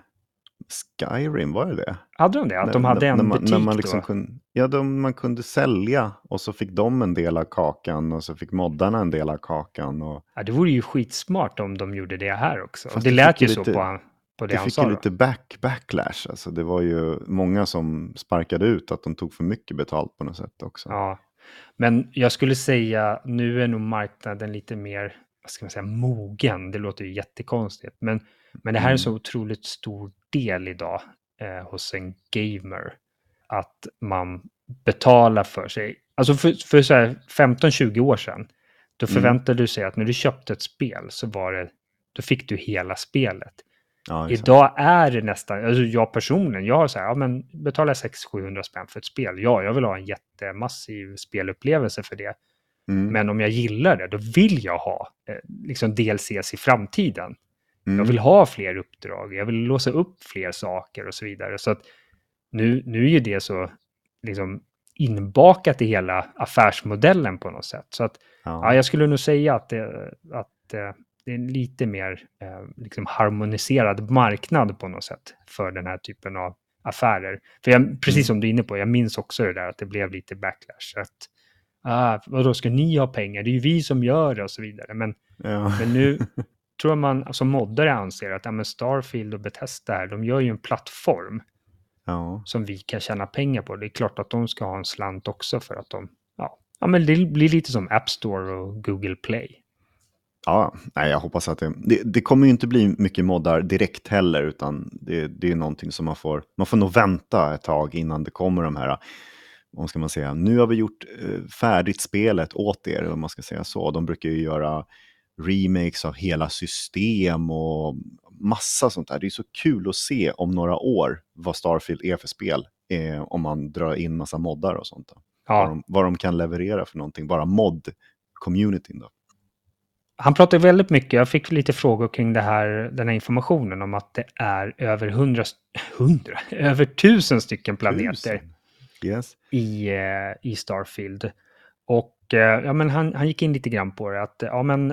Skyrim, var det det? Hade de det? Att de hade en när man, butik när man liksom då? kunde, ja, de, man kunde sälja och så fick de en del av kakan och så fick moddarna en del av kakan. Och, Ja, det vore ju skitsmart om de gjorde det här också. Fast det det lät fick ju ju så lite- på, på det, det han fick sa ju då. lite back, backlash. Alltså, det var ju många som sparkade ut att de tog för mycket betalt på något sätt också. Ja, men jag skulle säga nu är nog marknaden lite mer, vad ska man säga, mogen. Det låter ju jättekonstigt, men, men det här är en så otroligt stor del idag eh, hos en gamer att man betalar för sig. Alltså för, för så här femton tjugo år sedan, då Mm. förväntade du sig att när du köpte ett spel så var det, då fick du hela spelet. Ja, exakt. Idag är det nästan, alltså jag personligen, jag har så här, ja men betalar sex sjuhundra spänn för ett spel. Ja, jag vill ha en jättemassiv spelupplevelse för det. Mm. Men om jag gillar det, då vill jag ha eh, liksom D L Cs i framtiden. Mm. Jag vill ha fler uppdrag, jag vill låsa upp fler saker och så vidare. Så att nu, nu är ju det så liksom inbakat i hela affärsmodellen på något sätt. Så att ja, Ja. jag skulle nog säga att det, att eh, det är en lite mer eh, liksom harmoniserad marknad på något sätt för den här typen av affärer. För jag, precis Mm. som du är inne på, jag minns också det där att det blev lite backlash. Att, ah, vadå, ska ni ha pengar? Det är ju vi som gör det och så vidare. Men, Ja. men nu tror jag man som moddare anser att ja, men Starfield och Bethesda här, de gör ju en plattform Ja. som vi kan tjäna pengar på. Det är klart att de ska ha en slant också för att de, ja, ja men det blir lite som App Store och Google Play. Ja, nej, jag hoppas att det, det... Det kommer ju inte bli mycket moddar direkt heller, utan det, det är någonting som man får... Man får nog vänta ett tag innan det kommer de här... Vad ska man säga? Nu har vi gjort eh, färdigt spelet åt er, om man ska säga så. De brukar ju göra remakes av hela system och massa sånt där. Det är så kul att se om några år vad Starfield är för spel. Eh, om man drar in massa moddar och sånt. Då. Ja. Vad, de, vad de kan leverera för någonting. Bara mod-communityn då. Han pratar väldigt mycket, jag fick lite frågor kring det här, den här informationen om att det är över hundra, hundra, över tusen stycken planeter Tusen. Yes. i, eh, i Starfield. Och eh, ja, men han, han gick in lite grann på det, att ja, men,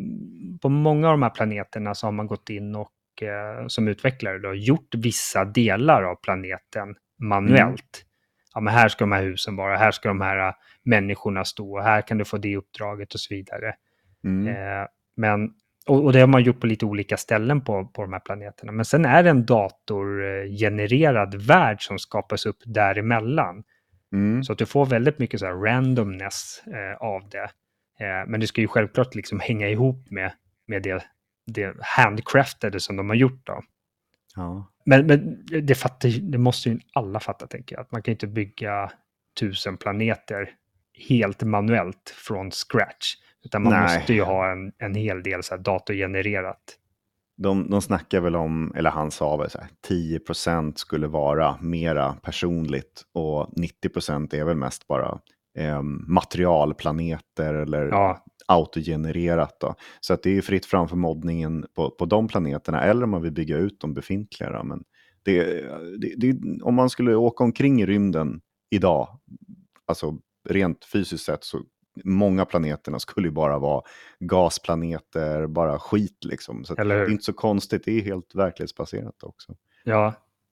mm, på många av de här planeterna så har man gått in och eh, som utvecklare då, gjort vissa delar av planeten manuellt. Mm. Ja, men här ska de här husen vara, här ska de här människorna stå, här kan du få det uppdraget och så vidare. Mm. Eh, men, och, och det har man gjort på lite olika ställen på, på de här planeterna. Men sen är det en datorgenererad värld som skapas upp däremellan. Mm. Så att du får väldigt mycket så här randomness eh, av det. Eh, men det ska ju självklart liksom hänga ihop med, med det, det handcraftade som de har gjort då. Ja. Men, men det, fattar, det måste ju alla fatta, tänker jag. Att man kan inte bygga tusen planeter helt manuellt från scratch. Utan man Nej. måste ju ha en, en hel del så här datorgenererat. De, de snackar väl om, eller han sa väl så här, tio procent skulle vara mera personligt och nittio procent är väl mest bara eh, materialplaneter eller Ja, autogenererat då. Så att det är ju fritt fram för moddningen på, på de planeterna, eller om man vill bygga ut de befintliga då. Men det, det, det, om man skulle åka omkring i rymden idag, alltså rent fysiskt sett, så många planeterna skulle ju bara vara gasplaneter, bara skit liksom. Så Eller det hur? är inte så konstigt, det är helt verklighetsbaserat också. Ja.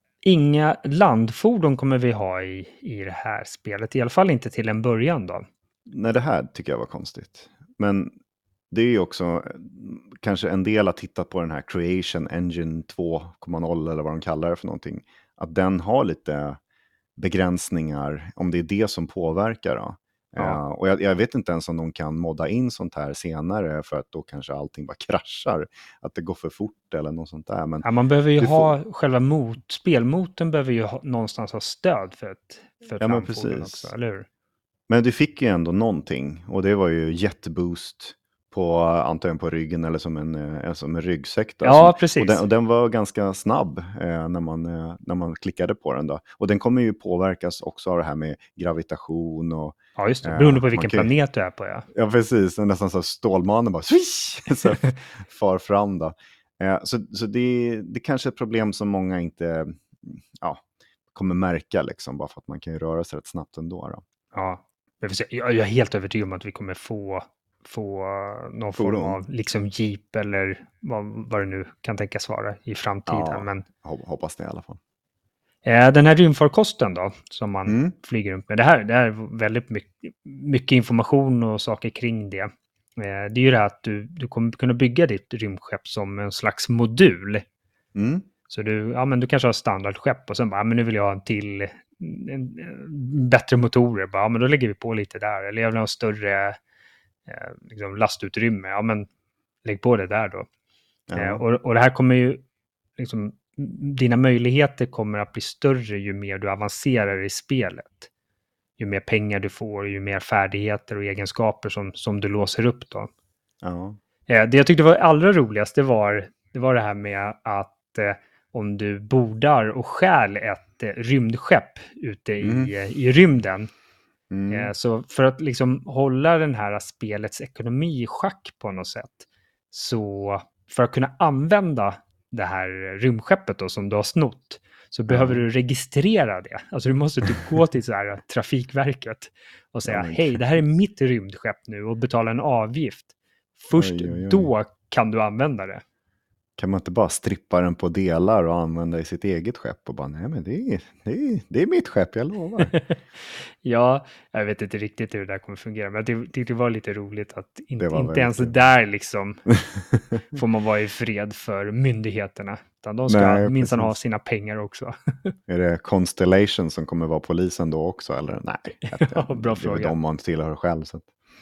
Inga landfordon kommer vi ha i, i det här spelet, i alla fall inte till en början då. Nej, det här tycker jag var konstigt. Men det är ju också eh, kanske en del att titta på den här Creation Engine två punkt noll eller vad de kallar det för någonting. Att den har lite begränsningar, om det är det som påverkar då. Ja. Eh, och jag, jag vet inte ens om de kan modda in sånt här senare för att då kanske allting bara kraschar. Att det går för fort eller något sånt där. Men Ja, man behöver ju du ha själva mot, spelmotorn behöver ju ha, någonstans ha stöd för ett, för ett Ja, men landfordon precis. också, eller hur? Men du fick ju ändå någonting och det var ju jetboost på antagligen på ryggen eller som en, eh, som en ryggsäck. Då, Ja, som, precis. och, den, och den var ganska snabb eh, när, man, eh, när man klickade på den. Då. Och den kommer ju påverkas också av det här med gravitation. Och, Ja, just det. eh, Beroende på man vilken kan ju- planet du är på, ja. Ja, precis. Den nästan så här Stålmannen bara swish, så här far fram. Då. Eh, så så det, det kanske är ett problem som många inte ja, kommer märka liksom, bara för att man kan ju röra sig rätt snabbt ändå. Då. Ja. Jag vill säga, jag jag är helt övertygad om att vi kommer få, få någon form Fordon. av liksom jeep eller vad, vad det nu kan tänkas vara i framtiden. Ja. Men Hop- Hoppas det i alla fall. eh, den här rymdfarkosten då, som man Mm. flyger runt med. Det här, det här är väldigt mycket, mycket information och saker kring det. Eh, det är ju det här att du, du kommer kunna bygga ditt rymdskepp som en slags modul. Mm. Så du, ja, men du kanske har standardskepp och sen bara, ja, men nu vill jag ha en till, en, en, bättre motorer. Bara, ja, men då lägger vi på lite där. Eller jag vill ha större eh, liksom lastutrymme. Ja, men lägg på det där då. Ja. Eh, och, och det här kommer ju, liksom, dina möjligheter kommer att bli större ju mer du avancerar i spelet. Ju mer pengar du får, ju mer färdigheter och egenskaper som, som du låser upp då. Ja. Eh, det jag tyckte var allra roligast, det var det, var det här med att eh, om du bordar och stjäl ett eh, rymdskepp ute Mm. i, eh, i rymden. Mm. Eh, så för att liksom hålla den här spelets ekonomi i schack på något sätt. Så för att kunna använda det här rymdskeppet då, som du har snott, så behöver du registrera det. Alltså du måste typ gå till så här Trafikverket och säga Ja, men hej, gud. det här är mitt rymdskepp nu och betala en avgift. Först Oj, oj, oj. då kan du använda det. Kan man inte bara strippa den på delar och använda i sitt eget skepp och bara, nej men det är, det är, det är mitt skepp, jag lovar. Ja, jag vet inte riktigt hur det där kommer fungera, men det, det, det var lite roligt att inte, Det var inte väldigt ens kul. där liksom får man vara i fred för myndigheterna. Utan de ska Nej, minsann ha precis. sina pengar också. Är det Constellation som kommer vara polisen då också? Eller nej, Ja, det, bra det är fråga. väl de man tillhör själv. Så. att-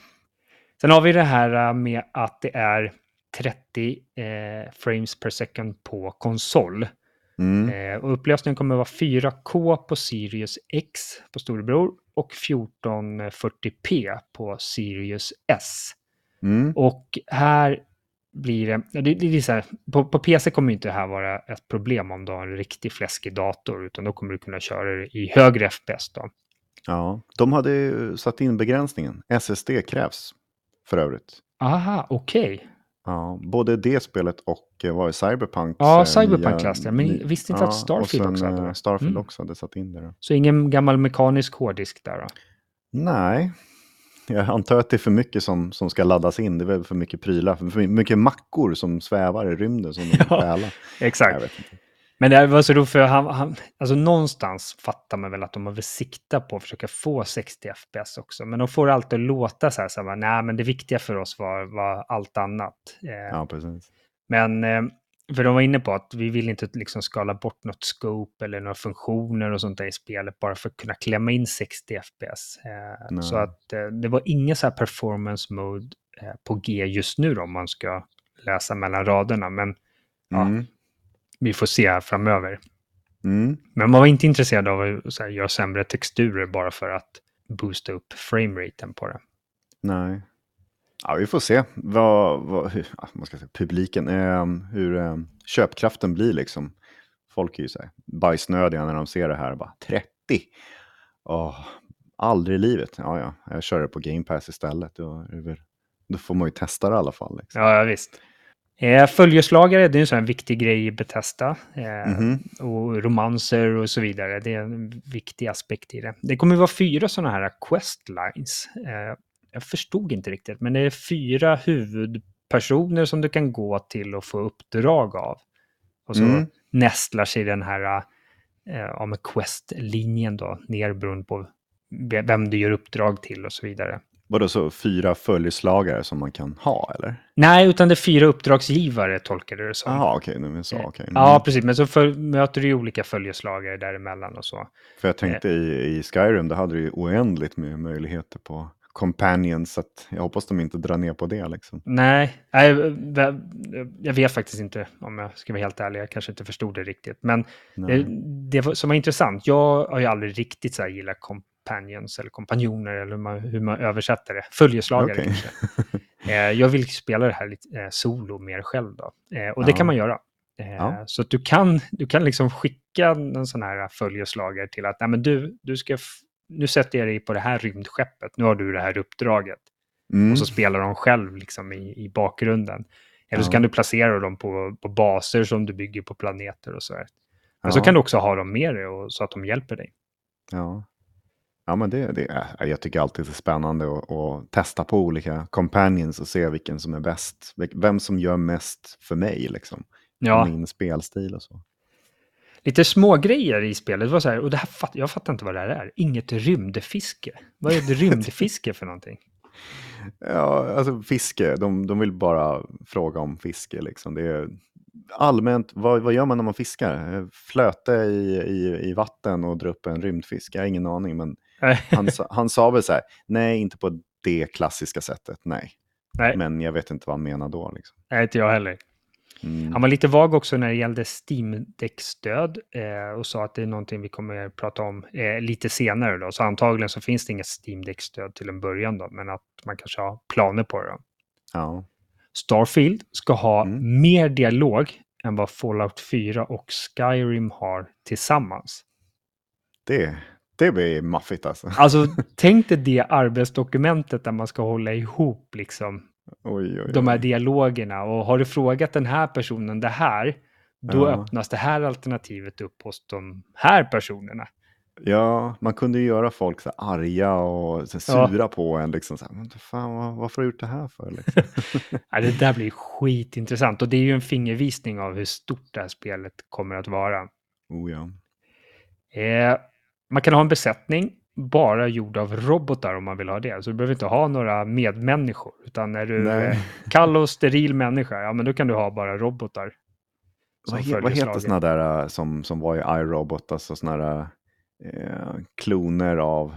Sen har vi det här äh, med att det är trettio eh, frames per second på konsol. Mm. Eh, och upplösningen kommer att vara fyra K på Sirius X på storebror och fjorton fyrtio p på Sirius S. Mm. Och här blir det, ja, det, det är så här, på, på P C kommer inte det här vara ett problem om du har en riktig fläskig dator, utan då kommer du kunna köra det i högre F P S då. Ja, de hade ju satt in begränsningen. S S D krävs för övrigt. Aha, okej. Ja, både det spelet och eh, vad är Cyberpunks Ja, eh, Cyberpunk-klassen, men ny- visste inte att Starfield och också sen, hade eh, det. Starfield Mm. också hade satt in det. Då. Så ingen gammal mekanisk hårddisk där då? Nej, jag antar att det är för mycket som, som ska laddas in. Det är väl för mycket prylar, för för mycket mackor som svävar i rymden som de Ja, stjäla. Exakt. Jag vet inte. Men det var så roligt för han, han, alltså någonstans fattar man väl att de har väl sikta på att försöka få sextio F P S också. Men de får alltid att låta så här, så här nej men det viktiga för oss var, var allt annat. Eh, Ja, precis. Men, eh, för de var inne på att vi vill inte liksom skala bort något scope eller några funktioner och sånt där i spelet bara för att kunna klämma in sextio F P S. Eh, Nej. så att eh, det var ingen så här performance mode eh, på G just nu då, om man ska läsa mellan raderna. Men ja, Mm. vi får se här framöver. Mm. Men man var inte intresserad av att så här, göra sämre texturer bara för att boosta upp frameraten på det. Nej. Ja, vi får se vad, vad hur, ja, man ska säga, publiken, eh, hur eh, köpkraften blir liksom. Folk är ju så här bajsnödiga när de ser det här. Bara, trettio! Åh, aldrig i livet. Ja, ja, jag kör det på Game Pass istället. Då, är det väl- då får man ju testa det i alla fall. Liksom. Ja, ja visst. Eh, följeslagare, det är en sån här viktig grej i Bethesda. Eh, Mhm. Och romanser och så vidare. Det är en viktig aspekt i det. Det kommer att vara fyra sådana här questlines. Eh, jag förstod inte riktigt, men det är fyra huvudpersoner som du kan gå till och få uppdrag av. Och så Mm. nästlar sig den här eh, ja, med quest-linjen då, ner beroende på vem du gör uppdrag till och så vidare. Vadå, så fyra följeslagare som man kan ha, eller? Nej, utan det är fyra uppdragsgivare tolkar du det som. Jaha, okej, okay, nu så, okej. Okay. Mm. Ja, precis, men så för, möter du ju olika följeslagare däremellan och så. För jag tänkte eh. i, i Skyrim, då hade du ju oändligt med möjligheter på companions, så att jag hoppas de inte drar ner på det liksom. Nej, jag vet faktiskt inte om jag ska vara helt ärlig, jag kanske inte förstod det riktigt. Men det, det som var intressant, jag har ju aldrig riktigt så här gillat companions eller kompanjoner eller hur man, hur man översätter det. Följeslagare okay. kanske. Jag vill spela det här lite solo mer själv då. Och det ja. kan man göra. Ja. Så att du kan, du kan liksom skicka en sån här följeslagare till att nej, men du, du ska... nu sätter jag dig på det här rymdskeppet, nu har du det här uppdraget. Mm. Och så spelar de själv liksom i, i bakgrunden. Eller ja. så kan du placera dem på, på baser som du bygger på planeter och så här. Men ja. så kan du också ha dem med dig och, så att de hjälper dig. Ja, ja men det, det är, jag tycker alltid det är spännande att, att testa på olika companions och se vilken som är bäst. Vem som gör mest för mig liksom. Ja. Min spelstil och så. Lite små grejer i spelet. Det var så här, och det här fatt, jag fattar inte vad det här är. Inget rymdfiske. Vad är det rymdfiske för någonting? Ja, alltså fiske. De, de vill bara fråga om fiske. Liksom. Det är allmänt, vad, vad gör man när man fiskar? Flöte i, i, i vatten och dra upp en rymdfisk? Jag har ingen aning, men han, han sa väl så här, nej, inte på det klassiska sättet, nej. nej. Men jag vet inte vad han menar då. Liksom. Nej, inte jag heller. Mm. Han var lite vag också när det gällde Steam Deck-stöd eh, och sa att det är någonting vi kommer att prata om eh, lite senare då. Så antagligen så finns det inget Steam Deck-stöd till en början då, men att man kanske har planer på det då. Ja. Starfield ska ha mm. mer dialog än vad Fallout fyra och Skyrim har tillsammans. Det, det blir maffigt alltså. Alltså, tänk dig det arbetsdokumentet där man ska hålla ihop liksom. Oj, oj, oj. De här dialogerna, och har du frågat den här personen det här, då ja. öppnas det här alternativet upp hos de här personerna. Ja, man kunde ju göra folk så arga och så sura ja. på en liksom så här, men fan, vad, varför har du gjort det här för liksom? Ja, det där blir skitintressant, och det är ju en fingervisning av hur stort det här spelet kommer att vara. Oh ja. Eh, man kan ha en besättning bara gjord av robotar om man vill ha det. Så du behöver inte ha några medmänniskor. Utan är du eh, kall och steril människa, ja men då kan du ha bara robotar. Vad, he- vad heter såna där som, som var i iRobot? Alltså såna där eh, kloner av...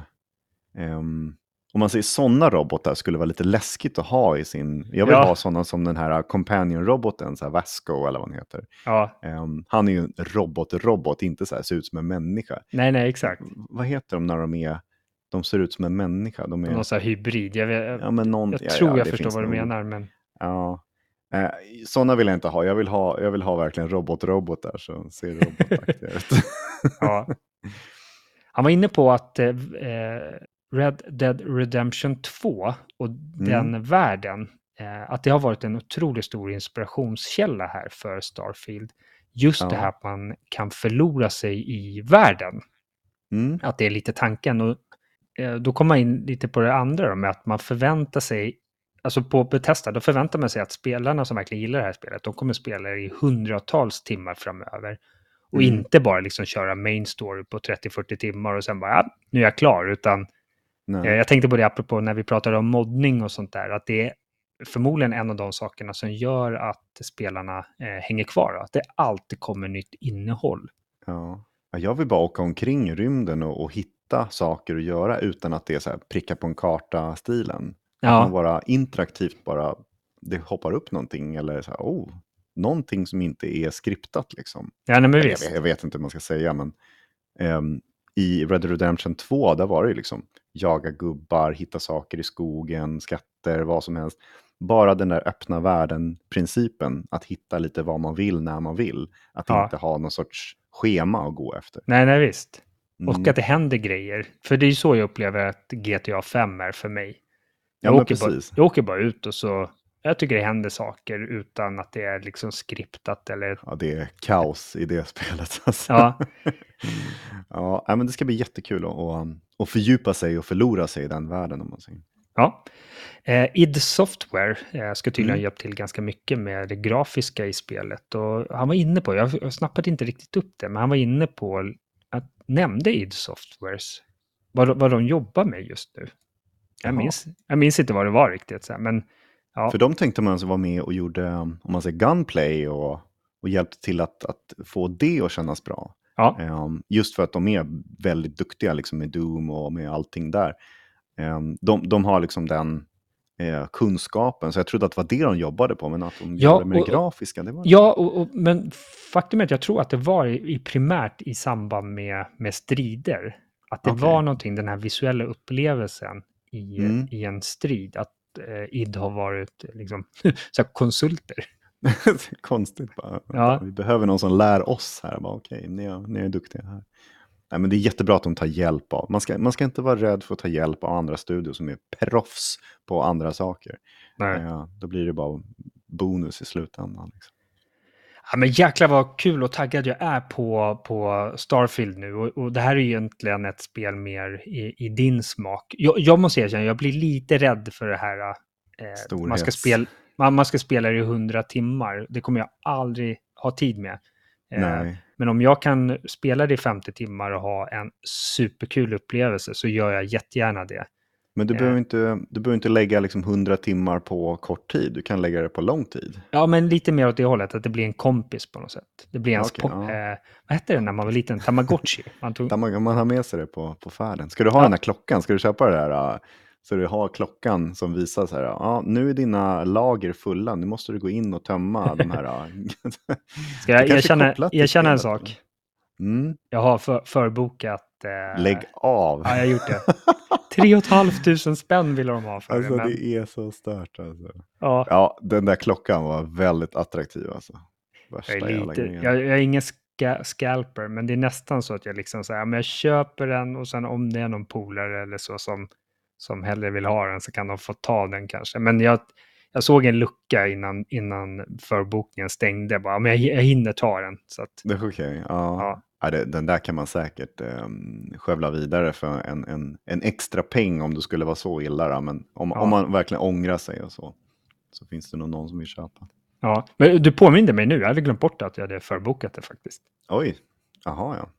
Um, om man säger sådana robotar skulle vara lite läskigt att ha i sin... Jag vill ja. ha sådana som den här companion-roboten, så här Vasco eller vad han heter. Ja. Um, han är ju en robot-robot, inte så här ser ut som en människa. Nej, nej, exakt. Vad heter de när de är... De ser ut som en människa. De är... Någon sån här hybrid. Jag, vet, ja, men någon... jag ja, tror ja, jag förstår vad du menar, men... Ja. Eh, sådana vill jag inte ha. Jag vill ha, jag vill ha verkligen robot-robotar som ser robotaktiga ut. Ja. Han var inne på att eh, Red Dead Redemption två och mm. den världen, eh, att det har varit en otroligt stor inspirationskälla här för Starfield. Just ja. det här att man kan förlora sig i världen. Mm. Att det är lite tanken. Och eh, då kommer man in lite på det andra då, med att man förväntar sig, alltså på Bethesda, då förväntar man sig att spelarna som verkligen gillar det här spelet, de kommer spela i hundratals timmar framöver. Och mm. inte bara liksom köra main story på trettio till fyrtio timmar och sen bara, ja, nu är jag klar. Utan eh, jag tänkte på det apropå när vi pratade om moddning och sånt där, att det är förmodligen en av de sakerna som gör att spelarna eh, hänger kvar. Att det alltid kommer nytt innehåll. Ja, jag vill bara åka omkring i rymden och, och hitta saker att göra utan att det är så här pricka på en karta-stilen. Ja. Att man bara interaktivt bara, det hoppar upp någonting eller så här, oh, någonting som inte är skriptat liksom. Ja, nej, men jag, jag, jag vet inte hur man ska säga, men um, i Red Dead Redemption två, där var det liksom jaga gubbar, hitta saker i skogen, skatter, vad som helst. Bara den där öppna världen-principen, att hitta lite vad man vill när man vill. Att ja. inte ha någon sorts schema att gå efter. Nej, nej visst. Mm. Och att det händer grejer. För det är ju så jag upplever att G T A fem är för mig. Jag, jag, åker, åker bara, jag åker bara ut och så... Jag tycker det händer saker utan att det är liksom skriptat eller... Ja, det är kaos i det spelet. Alltså. Ja. Ja, men det ska bli jättekul att, att fördjupa sig och förlora sig i den världen om man säger. Ja. Eh, id Software eh, ska tydligen Mm. ha hjälpt till ganska mycket med det grafiska i spelet. Och han var inne på, jag, jag snappade inte riktigt upp det, men han var inne på att nämnde id Softwares vad, de- vad de jobbar med just nu. Jag Jaha. minns, jag minns inte vad det var riktigt. Så här, men ja, För de tänkte man alltså vara med och gjorde, um, om man säger gunplay och, och hjälpte till att, att få det att kännas bra. ja, Um, just för att de är väldigt duktiga liksom, med Doom och med allting där. Um, de, de har liksom den eh, kunskapen, så jag trodde att det var det de jobbade på, men att de Ja, jobbade med och- det grafiska, det var ja och, och, men faktum är att jag tror att det var i, i primärt i samband med, med strider. Att det Okej. var någonting, den här visuella upplevelsen i, Mm. i en strid. Att eh, id har varit liksom, så här, konsulter. Konstigt bara. Ja. Vi behöver någon som lär oss här. Bara, okej, ni, är, ni är duktiga här. Nej, men det är jättebra att de tar hjälp av. Man ska, man ska inte vara rädd för att ta hjälp av andra studios som är proffs på andra saker. Nej. Ja, då blir det bara bonus i slutändan. Liksom. Ja, men jäklar vad kul och taggad jag är på, på Starfield nu. Och, och det här är ju egentligen ett spel mer i, i din smak. Jag, jag måste erkänna, jag blir lite rädd för det här. Eh, man, ska Storhets. spela, man, man ska spela det i hundra timmar. Det kommer jag aldrig ha tid med. Eh, Nej. men om jag kan spela det i femtio timmar och ha en superkul upplevelse så gör jag jättegärna det. Men du, Eh. behöver inte, du behöver inte lägga liksom hundra timmar på kort tid. Du kan lägga det på lång tid. Ja, men lite mer åt det hållet, att det blir en kompis på något sätt. Det blir ens... Okej, po- ja. eh, vad hette det när man var liten? Tamagotchi. Man tog... Där man, man har med sig det på, på färden. Ska du ha Ja. den här klockan? Ska du köpa det där? äh, Så du har klockan som visar så här. Ja, nu är dina lager fulla. Nu måste du gå in och tömma de här. äh. Ska jag Det kanske är erkänna, kopplat till erkänna en spelet, sak? Mm. Jag har för, förbokat... Eh, Lägg av. Ja, jag har gjort det. Tre och ett halvt tusen spänn ville de ha för Alltså det. Men, det är så stört alltså. ja, Ja, den där klockan var väldigt attraktiv alltså. Värsta jag är, jävla lite, grejen. jag, jag är ingen ska, scalper, men det är nästan så att jag liksom säger, men jag köper den och sen om det är någon polare eller så som, som hellre vill ha den så kan de få ta den kanske. Men jag, jag såg en lucka innan, innan förbokningen stängde. Bara, men jag, jag hinner ta den. Så att, Det är okej. Ja. ja. Ja, det, den där kan man säkert um, skövla vidare för en, en, en extra peng om det skulle vara så illa. Då. Men om, Ja. om man verkligen ångrar sig och så, så finns det nog någon som vill köpa. Ja, men du påminde mig nu. Jag hade glömt bort att jag hade förbokat det faktiskt. Oj, jaha ja.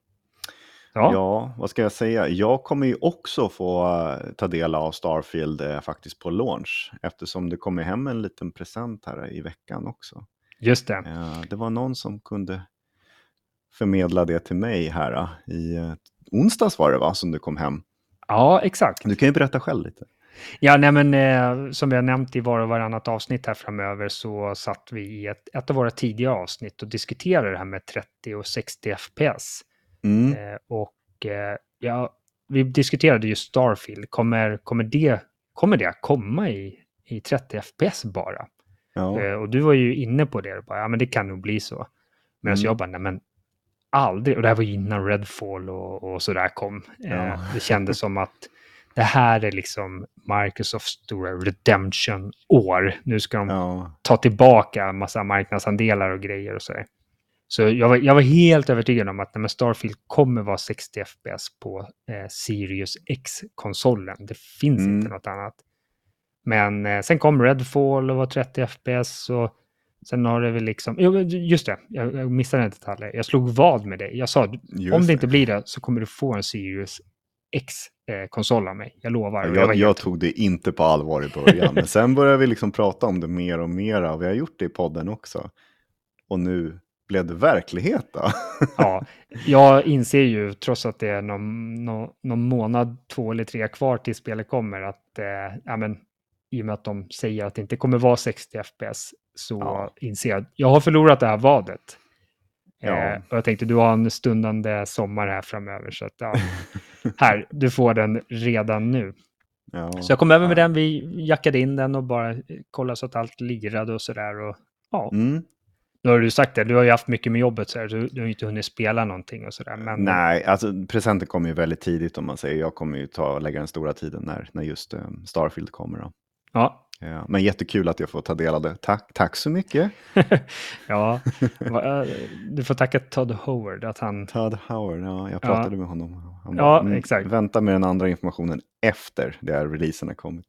Ja, Ja, vad ska jag säga? Jag kommer ju också få uh, ta del av Starfield uh, faktiskt på launch. Eftersom det kommer hem en liten present här i veckan också. just det. Uh, det var någon som kunde förmedla det till mig här. Uh, I uh, onsdags var det va, som det kom hem. Ja, exakt. Du kan ju berätta själv lite. Ja, nej, men eh, som vi har nämnt i var och varannat avsnitt här framöver så satt vi i ett, ett av våra tidiga avsnitt och diskuterade det här med trettio och sextio F P S. Mm. Eh, och eh, ja, vi diskuterade ju Starfield. Kommer, kommer, det, kommer det att komma i, i trettio F P S bara? Ja. Eh, och du var ju inne på det. Bara, ja, men det kan nog bli så. Medan Mm. jag bara, nej men aldrig. Och det här var ju innan Redfall och, och sådär kom. Eh, Ja. det kändes som att det här är liksom Microsofts stora redemption-år. Nu ska de Ja. ta tillbaka en massa marknadsandelar och grejer och sådär. Så jag var, jag var helt övertygad om att när Starfield kommer vara sextio F P S på eh, Sirius X-konsolen. Det finns Mm. inte något annat. Men eh, sen kom Redfall och var trettio F P S och sen har det väl liksom... Jo, just det, jag, jag missade en detalj. Jag slog vad med dig. Jag sa, Just om det inte blir det så kommer du få en Sirius X-konsol av mig. Jag lovar. Ja, Och jag, var jag helt- tog det inte på allvar i början. Men sen började vi liksom prata om det mer och mer. Och vi har gjort det i podden också. Och nu blev det verklighet då. Ja, jag inser ju, trots att det är någon, någon, någon månad, två eller tre kvar till spelet kommer, att eh, ja, men, i och med att de säger att det inte kommer vara sextio F P S så Ja. inser jag att jag har förlorat det här vadet. Ja. Eh, och jag tänkte, du har en stundande sommar här framöver, så att ja, här, du får den redan nu. Ja. Så jag kom över med Ja. den, vi jackade in den och bara kollade så att allt lirade och sådär. Och ja, Mm. nu har du sagt det, du har ju haft mycket med jobbet så här, du, du har ju inte hunnit spela någonting och sådär. Men Nej, alltså presenten kommer ju väldigt tidigt om man säger. Jag kommer ju ta lägga den stora tiden när, när just um, Starfield kommer då. ja, Ja, men jättekul att jag får ta del av det. Tack, tack så mycket. Ja, va- eh, du får tacka Todd Howard att han... Todd Howard, ja, jag Ja, pratade med honom. Han bara, ja, mm, exakt. vänta med den andra informationen efter det här releasen har kommit.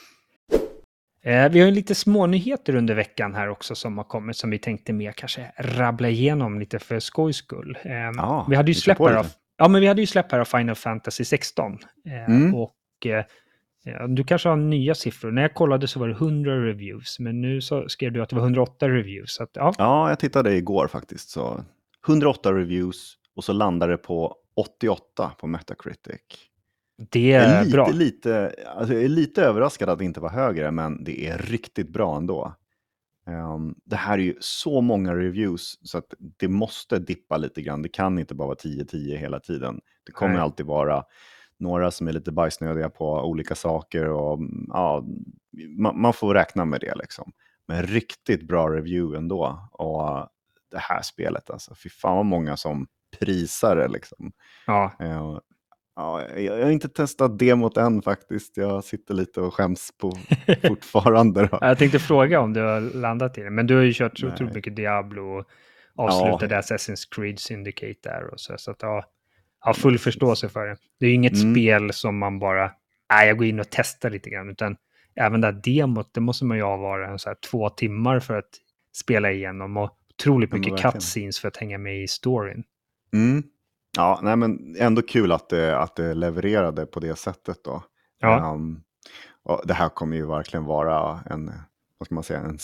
Eh, vi har ju lite smånyheter under veckan här också som har kommit som vi tänkte mer kanske rabbla igenom lite för skojs skull. Eh, Ja, vi hade ju vi kör släpp på här av, lite. ja, men vi hade ju släpp här av Final Fantasy sexton. Eh, Mm. och eh, ja, du kanske har nya siffror. När jag kollade så var det hundra reviews, men nu så skrev du att det var hundraåtta reviews. Så att, ja, Ja, jag tittade igår faktiskt. Så hundraåtta reviews och så landade det på åttioåtta på Metacritic. det Jag är är lite, bra. lite, alltså jag är lite överraskad att det inte var högre, men det är riktigt bra ändå. Um, det här är ju så många reviews så att det måste dippa lite grann. Det kan inte bara vara tio tio hela tiden. Det kommer Nej. alltid vara några som är lite bajsnödiga på olika saker och ja, man, man får räkna med det liksom. Men riktigt bra review ändå. Och det här spelet alltså, fy fan vad många som prisar det liksom. Ja, Uh, ja, jag, jag har inte testat demot än faktiskt. Jag sitter lite och skäms på fortfarande då. jag tänkte fråga om du har landat i det, men du har ju kört så Nej. otroligt mycket Diablo och Ja. avslutade Assassin's Creed Syndicate där och så. Så att ja, jag har full precis. förståelse för det. Det är ju inget Mm. spel som man bara, nej, jag går in och testar lite grann, utan även det här demot, det måste man ju ha vara en så här två timmar för att spela igenom och otroligt Ja, men mycket verkligen. cutscenes för att hänga med i storyn. Mm. Ja, nej, men ändå kul att det, att det levererade på det sättet då. Ja. Um, och det här kommer ju verkligen vara en, vad ska man säga, en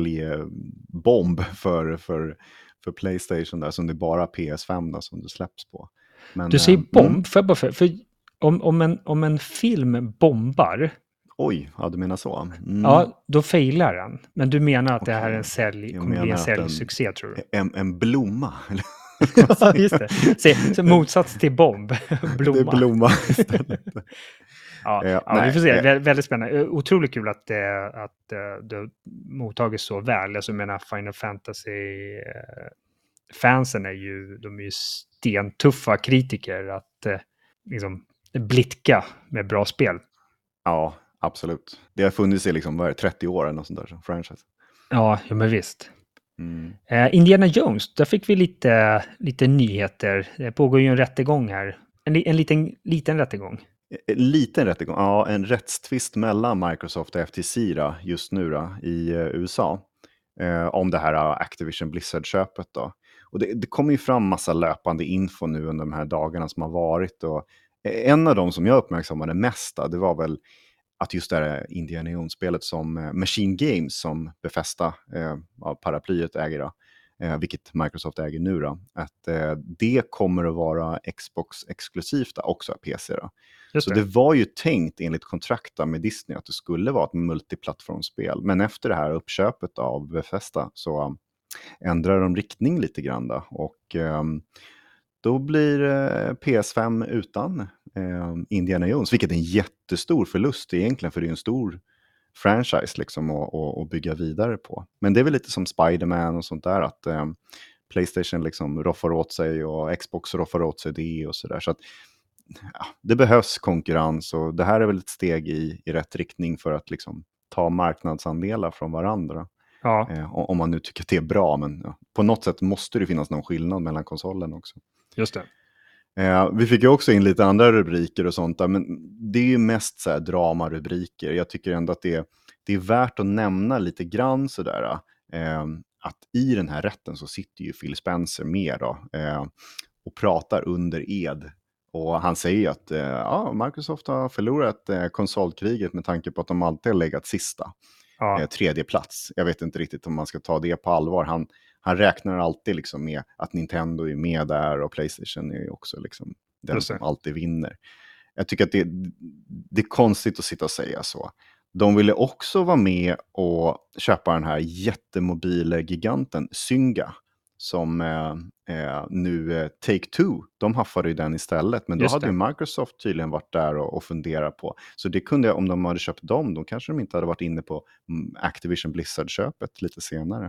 säljbomb för, för, för PlayStation där, som det är bara P S fem då, som det släpps på. Men, Du säger um, bomb, mm. för, för, för om, om, en, om en film bombar, Oj, ja du menar så. Mm. ja, då failar den. Men du menar att det här är Okej. en sälj, Jag kommer bli en menar att den- säljsuccé, tror du? En, en blomma. Ja, just det. Så, så motsats till bomb, blomma. Det är blomma istället. Ja, Eh, ja, nej, vi får se. eh. Vä- väldigt spännande. Eh, Otroligt kul att, eh, att eh, det mottagits så väl. Alltså, jag menar, Final Fantasy-fansen är ju, de är ju stentuffa kritiker att eh, liksom blicka med bra spel. Ja, absolut. Det har funnits i liksom, vad är det, trettio år eller något sånt där som franchise. Ja, ja men visst. Mm. Eh, Indiana Jones, där fick vi lite, lite nyheter. Det pågår ju en rättegång här. En, li- en liten, liten rättegång. En liten rättegång, ja, en rättstvist mellan Microsoft och F T C då, just nu då, i eh, U S A. Eh, om det här eh, Activision Blizzard-köpet då. Och det, det kommer ju fram massa löpande info nu under de här dagarna som har varit. Och eh, en av dem som jag uppmärksammade mest då, det var väl att just det här Indiana Jones-spelet som eh, Machine Games, som Bethesda, eh, ja, paraplyet äger då, eh, vilket Microsoft äger nu då, att eh, det kommer att vara Xbox-exklusivt då, också P C då. Just Så det. det var ju tänkt enligt kontrakta med Disney att det skulle vara ett multiplattformsspel. Men efter det här uppköpet av Bethesda så um, ändrar de riktning lite grann då. Och um, då blir uh, P S fem utan uh, Indiana Jones, vilket är en jättestor förlust egentligen, för det är en stor franchise liksom att, att, att bygga vidare på. Men det är väl lite som Spider-Man och sånt där, att um, PlayStation liksom roffar åt sig och Xbox roffar åt sig det och sådär. Så att ja, det behövs konkurrens, och det här är väl ett steg i, i rätt riktning för att liksom ta marknadsandelar från varandra. Ja, Eh, om man nu tycker att det är bra, men ja, på något sätt måste det finnas någon skillnad mellan konsolen också. just det. Eh, vi fick ju också in lite andra rubriker och sånt där, men det är ju mest så här dramarubriker. Jag tycker ändå att det är, det är värt att nämna lite grann sådär, eh, att i den här rätten så sitter ju Phil Spencer med då, eh, och pratar under ed. Och han säger ju att eh, ja, Microsoft har förlorat eh, konsolkriget med tanke på att de alltid har legat sista. Ja, Eh, tredje plats. Jag vet inte riktigt om man ska ta det på allvar. Han, han räknar alltid liksom med att Nintendo är med där, och PlayStation är ju också liksom den Just det. som alltid vinner. Jag tycker att det, det är konstigt att sitta och säga så. De ville också vara med och köpa den här jättemobila giganten Zynga, som eh, eh, nu eh, Take-Two, de haffade ju den istället. Men då Just hade det. ju Microsoft tydligen varit där och, och funderat på. Så det kunde, om de hade köpt dem, då kanske de inte hade varit inne på mm, Activision Blizzard-köpet lite senare.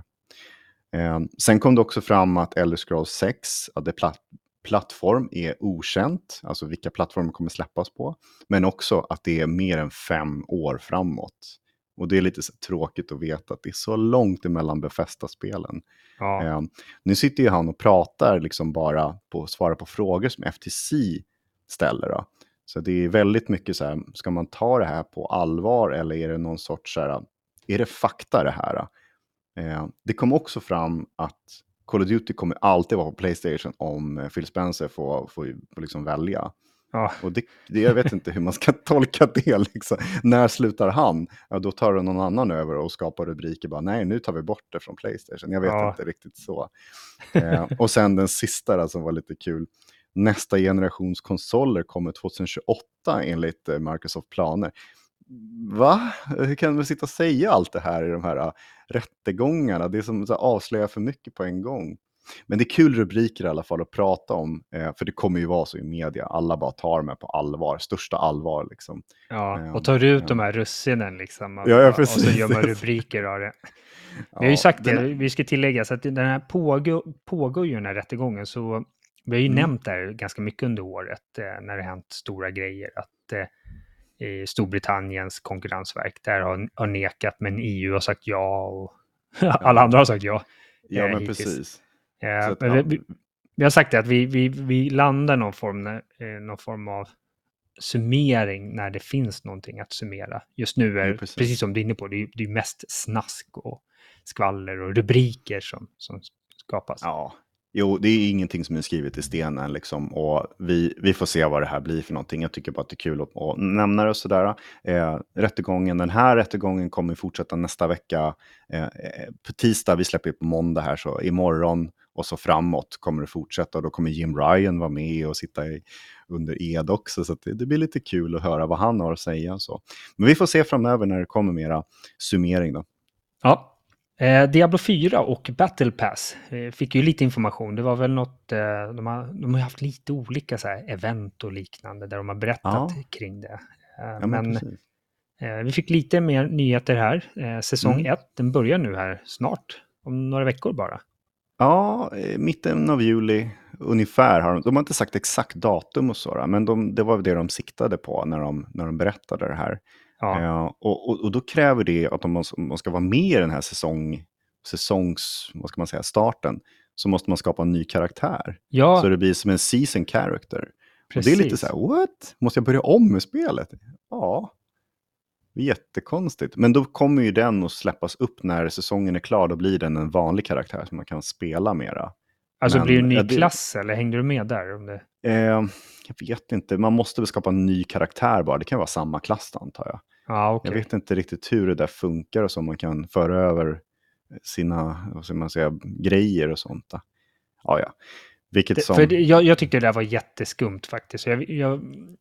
Eh, sen kom det också fram att Elder Scrolls sex, att det platt, plattform är okänt, alltså vilka plattformar kommer släppas på. Men också att det är mer än fem år framåt. Och det är lite så tråkigt att veta att det är så långt emellan Bethesda-spelen. Ja, Eh, nu sitter ju han och pratar liksom bara på att svara på frågor som F T C ställer då. Så det är väldigt mycket så här, ska man ta det här på allvar eller är det någon sorts så här, är det fakta det här? Eh, det kom också fram att Call of Duty kommer alltid vara på PlayStation om eh, Phil Spencer får, får, får liksom välja. ja, Och det, det, jag vet inte hur man ska tolka det. Liksom. När slutar han? Ja, då tar det någon annan över och skapar rubriker. Bara, nej, nu tar vi bort det från PlayStation. Jag vet ja. inte riktigt så. Eh, och sen den sista där, som var lite kul. Nästa generations konsoler kommer tjugohundratjugoåtta enligt eh, Microsoft planer. Va? Hur kan man sitta och säga allt det här i de här uh, rättegångarna? Det är som att avslöja för mycket på en gång. Men det är kul rubriker i alla fall att prata om. Eh, för det kommer ju vara så i media. Alla bara tar med på allvar. Största allvar liksom. Ja, Eh, och tar ut ja. de här russinen liksom. Och, Ja, ja, och precis. så gör man rubriker av det. Vi har ju Ja, sagt det, den är- vi ska tillägga så att den här pågår, pågår ju den här rättegången, så vi har ju Mm. nämnt det här ganska mycket under året eh, när det hänt stora grejer, att eh, i Storbritanniens konkurrensverk där har, har nekat, men E U har sagt ja och alla andra har sagt ja. Ja, eh, men hittills. precis. Eh, Så att, men ja. vi, vi, vi har sagt det att vi, vi, vi landar någon form, eh, någon form av summering när det finns någonting att summera. Just nu är, Jo, precis. precis. som du är inne på, det är, det är mest snask och skvaller och rubriker som, som skapas. Ja, jo, det är ingenting som är skrivet i stenen liksom, och vi, vi får se vad det här blir för någonting. Jag tycker bara att det är kul att, att nämna det och sådär. Eh, rättegången, den här rättegången kommer fortsätta nästa vecka. Eh, på tisdag, vi släpper på måndag här, så imorgon och så framåt kommer det fortsätta. Och då kommer Jim Ryan vara med och sitta i, under ed också. Så att det, det blir lite kul att höra vad han har att säga. Så. Men vi får se framöver när det kommer mera summering då. Ja. Eh, Diablo fyra och Battle Pass eh, fick ju lite information. Det var väl något, eh, de, har, de har haft lite olika så här event och liknande där de har berättat Ja. kring det. Eh, Ja, men, men precis. eh, vi fick lite mer nyheter här. Eh, säsong Mm. ett, den börjar nu här snart, om några veckor bara. Ja, i mitten av juli ungefär. Har de, de har inte sagt exakt datum och så, men de, det var det de siktade på när de, när de berättade det här. Ja, Eh, och, och, och då kräver det att om man, om man ska vara med i den här säsong, säsongs, vad ska man säga, starten, så måste man skapa en ny karaktär. ja Så det blir som en season character. precis. Och det är lite så här, what? Måste jag börja om med spelet? Ja, jättekonstigt. Men då kommer ju den att släppas upp när säsongen är klar. Då blir den en vanlig karaktär som man kan spela mera. Alltså Men, blir det en ny ja, det- klass eller hängde du med där? Om det... Eh, jag vet inte, man måste väl skapa en ny karaktär bara. Det kan vara samma klass antar jag. Ja, okej. Jag vet inte riktigt hur det där funkar och så man kan föra över sina, vad ska man säga, grejer och sånt. Då. Ja, ja. Vilket Det, som... för det, jag, jag tyckte det där var jätteskumt faktiskt. Jag, jag,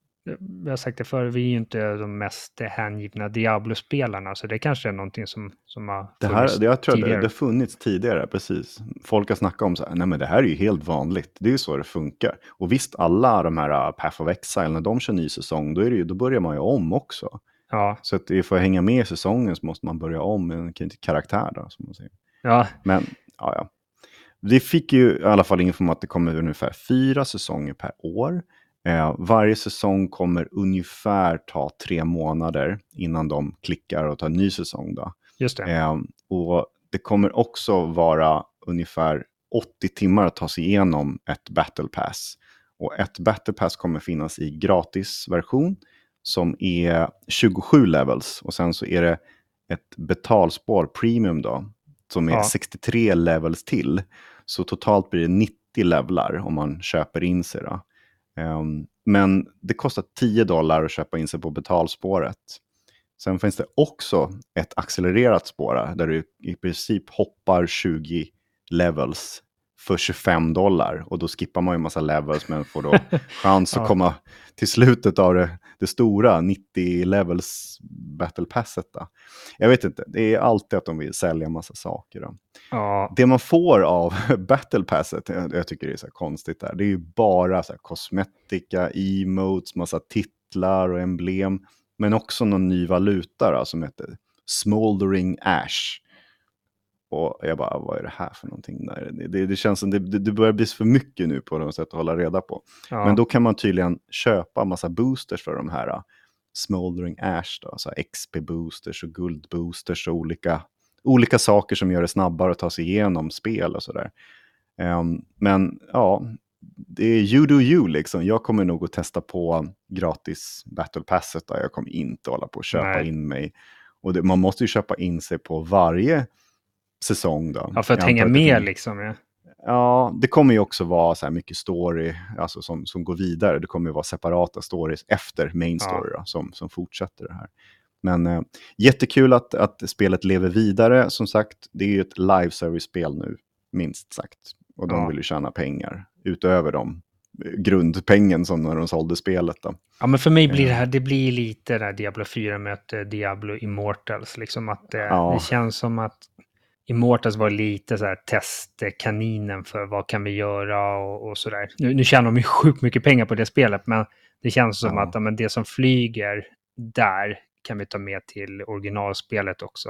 jag har sagt det förr, vi är ju inte de mest hängivna Diablo-spelarna, så det kanske är någonting som, som har Det här, funnits det, jag tror att det, tidigare. det har funnits tidigare, precis. Folk har snackat om så här, nej men det här är ju helt vanligt. Det är ju så det funkar. Och visst, alla de här uh, Path of Exile, när de kör ny säsong, då, är det ju, då börjar man ju om också. Ja, Så att det för att hänga med i säsongen så måste man börja om med en karaktär då, som man säger. ja, Men, ja, ja. Vi fick ju i alla fall info om att det kommer ungefär fyra säsonger per år. Eh, varje säsong kommer ungefär ta tre månader innan de klickar och tar en ny säsong då. just det. Eh, och det kommer också vara ungefär åttio timmar att ta sig igenom ett Battle Pass. Och ett Battle Pass kommer finnas i gratisversion som är tjugosju levels. Och sen så är det ett betalspår premium då, som är Ja. sextiotre levels till. Så totalt blir det nittio levlar om man köper in sig då. Um, men det kostar tio dollar att köpa in sig på betalspåret. Sen finns det också ett accelererat spår där du i princip hoppar tjugo levels för tjugofem dollar. Och då skippar man ju en massa levels men får då chans att Ja. komma till slutet av det, det stora nittio levels battle passet då. Jag vet inte, det är alltid att de vill sälja en massa saker då. Ja, Det man får av battle passet, jag, jag tycker det är så här konstigt där, det är ju bara så här kosmetika, emotes, massa titlar och emblem. Men också någon ny valuta då, som heter Smoldering Ash. Och jag bara, vad är det här för någonting? Det, det, det känns som det, det börjar bli för mycket nu på något sätt att hålla reda på. ja. Men då kan man tydligen köpa massa boosters för de här. Smoldering Ash då, alltså X P-boosters och guldboosters och olika, olika saker som gör det snabbare att ta sig igenom spel och sådär. Um, men ja, det är you do you liksom. Jag kommer nog att testa på gratis Battle Passet där. Jag kommer inte hålla på att köpa Nej. in mig. Och det, man måste ju köpa in sig på varje säsong då. Ja, för att Jag hänga antar att det med finns- liksom. Ja. Ja, det kommer ju också vara så här mycket story alltså som, som går vidare. Det kommer ju vara separata stories efter main Ja. story då, som, som fortsätter det här. Men eh, jättekul att, att spelet lever vidare. Som sagt, det är ju ett live service-spel nu, minst sagt. Och de Ja. vill ju tjäna pengar utöver de eh, grundpengen som när de sålde spelet då. Ja, men för mig blir det Ja. här, det blir lite där Diablo fyra möter Diablo Immortals. Liksom att det, Ja. det känns som att Immortals var lite så här testkaninen för vad kan vi göra och, och sådär. Nu, nu tjänar de ju sjukt mycket pengar på det spelet, men det känns som Ja. att ja, men det som flyger där kan vi ta med till originalspelet också.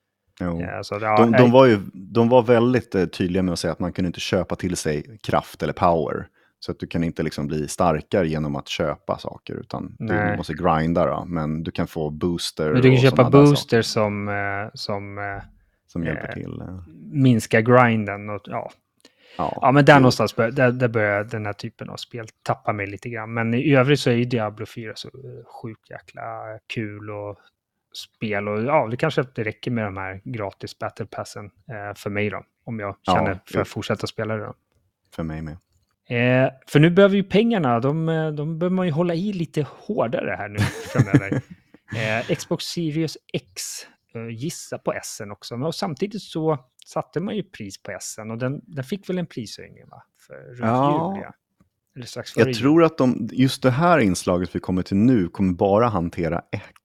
Jo. Ja, så, ja, De, nej, de, var ju, de var väldigt eh, tydliga med att säga att man kunde inte köpa till sig kraft eller power. Så att du kan inte liksom bli starkare genom att köpa saker, utan du Nej. måste grinda då. Men du kan få booster men du kan och köpa såna där boosters saker som, eh, som eh, som hjälper eh, till. eh. minskar grinden. Och, ja. Ja, Ja, men där Jo. någonstans bör, där, där börjar den här typen av spel tappa mig lite grann. Men i övrigt så är ju Diablo fyra så eh, sjukt jäkla kul och spel. Och ja, det kanske inte räcker med de här gratis battle passen eh, för mig då. Om jag Ja, känner för jo. att fortsätta spela det då. För mig med. Eh, för nu behöver ju pengarna, de, eh, de behöver man ju hålla i lite hårdare här nu framöver. eh, Xbox Series X eh, gissa på S'en också. Men och samtidigt så satte man ju pris på S'en och den, den fick väl en prishöjning va? För runt Ja. jul, ja. Eller strax före Jag jul. tror att de, just det här inslaget vi kommer till nu kommer bara hantera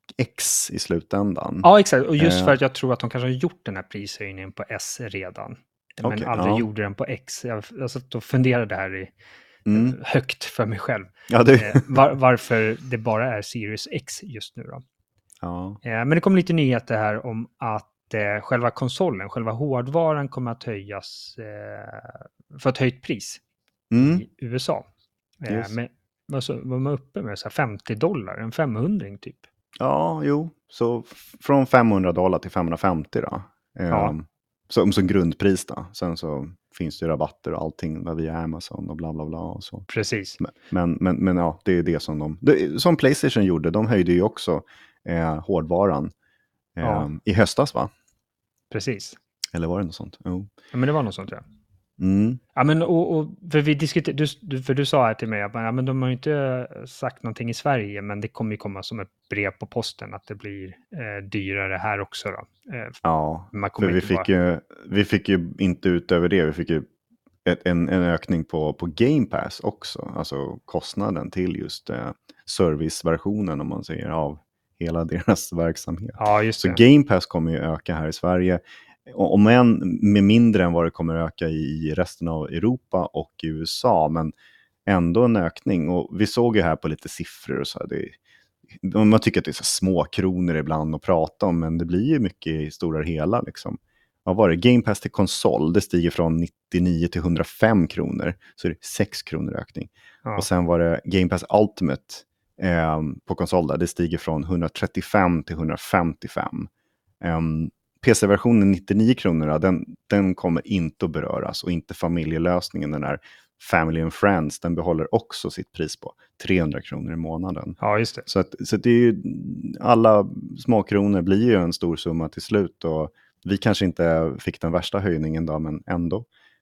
X i slutändan. Ja, exakt. Och just Eh. för att jag tror att de kanske har gjort den här prishöjningen på S redan. Men Okej, aldrig ja. gjorde den på X. Jag, jag satt och funderade här i, Mm. högt för mig själv. Ja, det, Eh, var, varför det bara är Series X just nu då. ja. Eh, men det kom lite nyheter här om att eh, själva konsolen, själva hårdvaran kommer att höjas eh, för ett höjt pris Mm. i U S A. Eh, Just. med, vad så, var man uppe med? Så här femtio dollar, en femhundring typ. Ja, jo. Så f- från femhundra dollar till femhundrafemtio då. Ja. Ehm, som, som grundpris då. Sen så finns det rabatter och allting där via Amazon och bla bla bla och så. Precis. Men, men, men, men ja, det är det som de... Det, som Playstation gjorde, de höjde ju också eh, hårdvaran eh, Ja. i höstas va? Precis. Eller var det något sånt? Jo. Ja, men det var något sånt, ja. Mm. Ja, men och, och för vi diskuterade, du, du, för du sa här till mig att ja, men de har ju inte sagt någonting i Sverige, men det kommer ju komma som ett brev på posten att det blir eh, dyrare här också då. Eh, Ja, man kommer för vi inte fick, bara... ju, vi fick ju inte utöver det, vi fick ju ett, en, en ökning på, på Game Pass också. Alltså kostnaden till just eh, serviceversionen om man säger av hela deras verksamhet. Ja, just Så det. Game Pass kommer ju öka här i Sverige. Om än med mindre än vad det kommer öka i resten av Europa och i U S A. Men ändå en ökning. Och vi såg ju här på lite siffror och så här. Det, man tycker att det är så små kronor ibland att prata om. Men det blir ju mycket i stora hela liksom. Vad var det? Game Pass till konsol. Det stiger från nittionio till hundrafem kronor. Så det är sex kronor ökning. Ja. Och sen var det Game Pass Ultimate eh, på konsol där. Det stiger från hundratrettiofem till hundrafemtiofem. Um, P C-versionen nittionio kronor, den, den kommer inte att beröras. Och inte familjelösningen, den här Family and Friends, den behåller också sitt pris på trehundra kronor i månaden. Ja, just det. Så, att, så att det är ju, alla små kronor blir ju en stor summa till slut. Och vi kanske inte fick den värsta höjningen då, men ändå.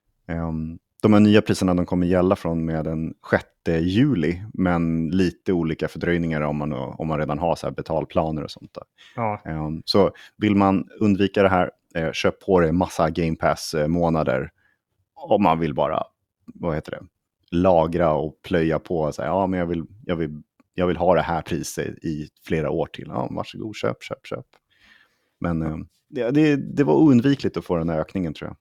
Um, de här nya priserna de kommer gälla från med den sjätte juli. Men lite olika fördröjningar om man, om man redan har så här betalplaner och sånt där. Ja, Um, så vill man undvika det här, eh, köp på det massa Game Pass-månader. Om man vill bara, vad heter det, lagra och plöja på. Så här, ja, men jag vill, jag, vill, jag vill ha det här priset i flera år till. Ja, varsågod, köp, köp, köp. Men eh, det, det, det var oundvikligt att få den här ökningen tror jag.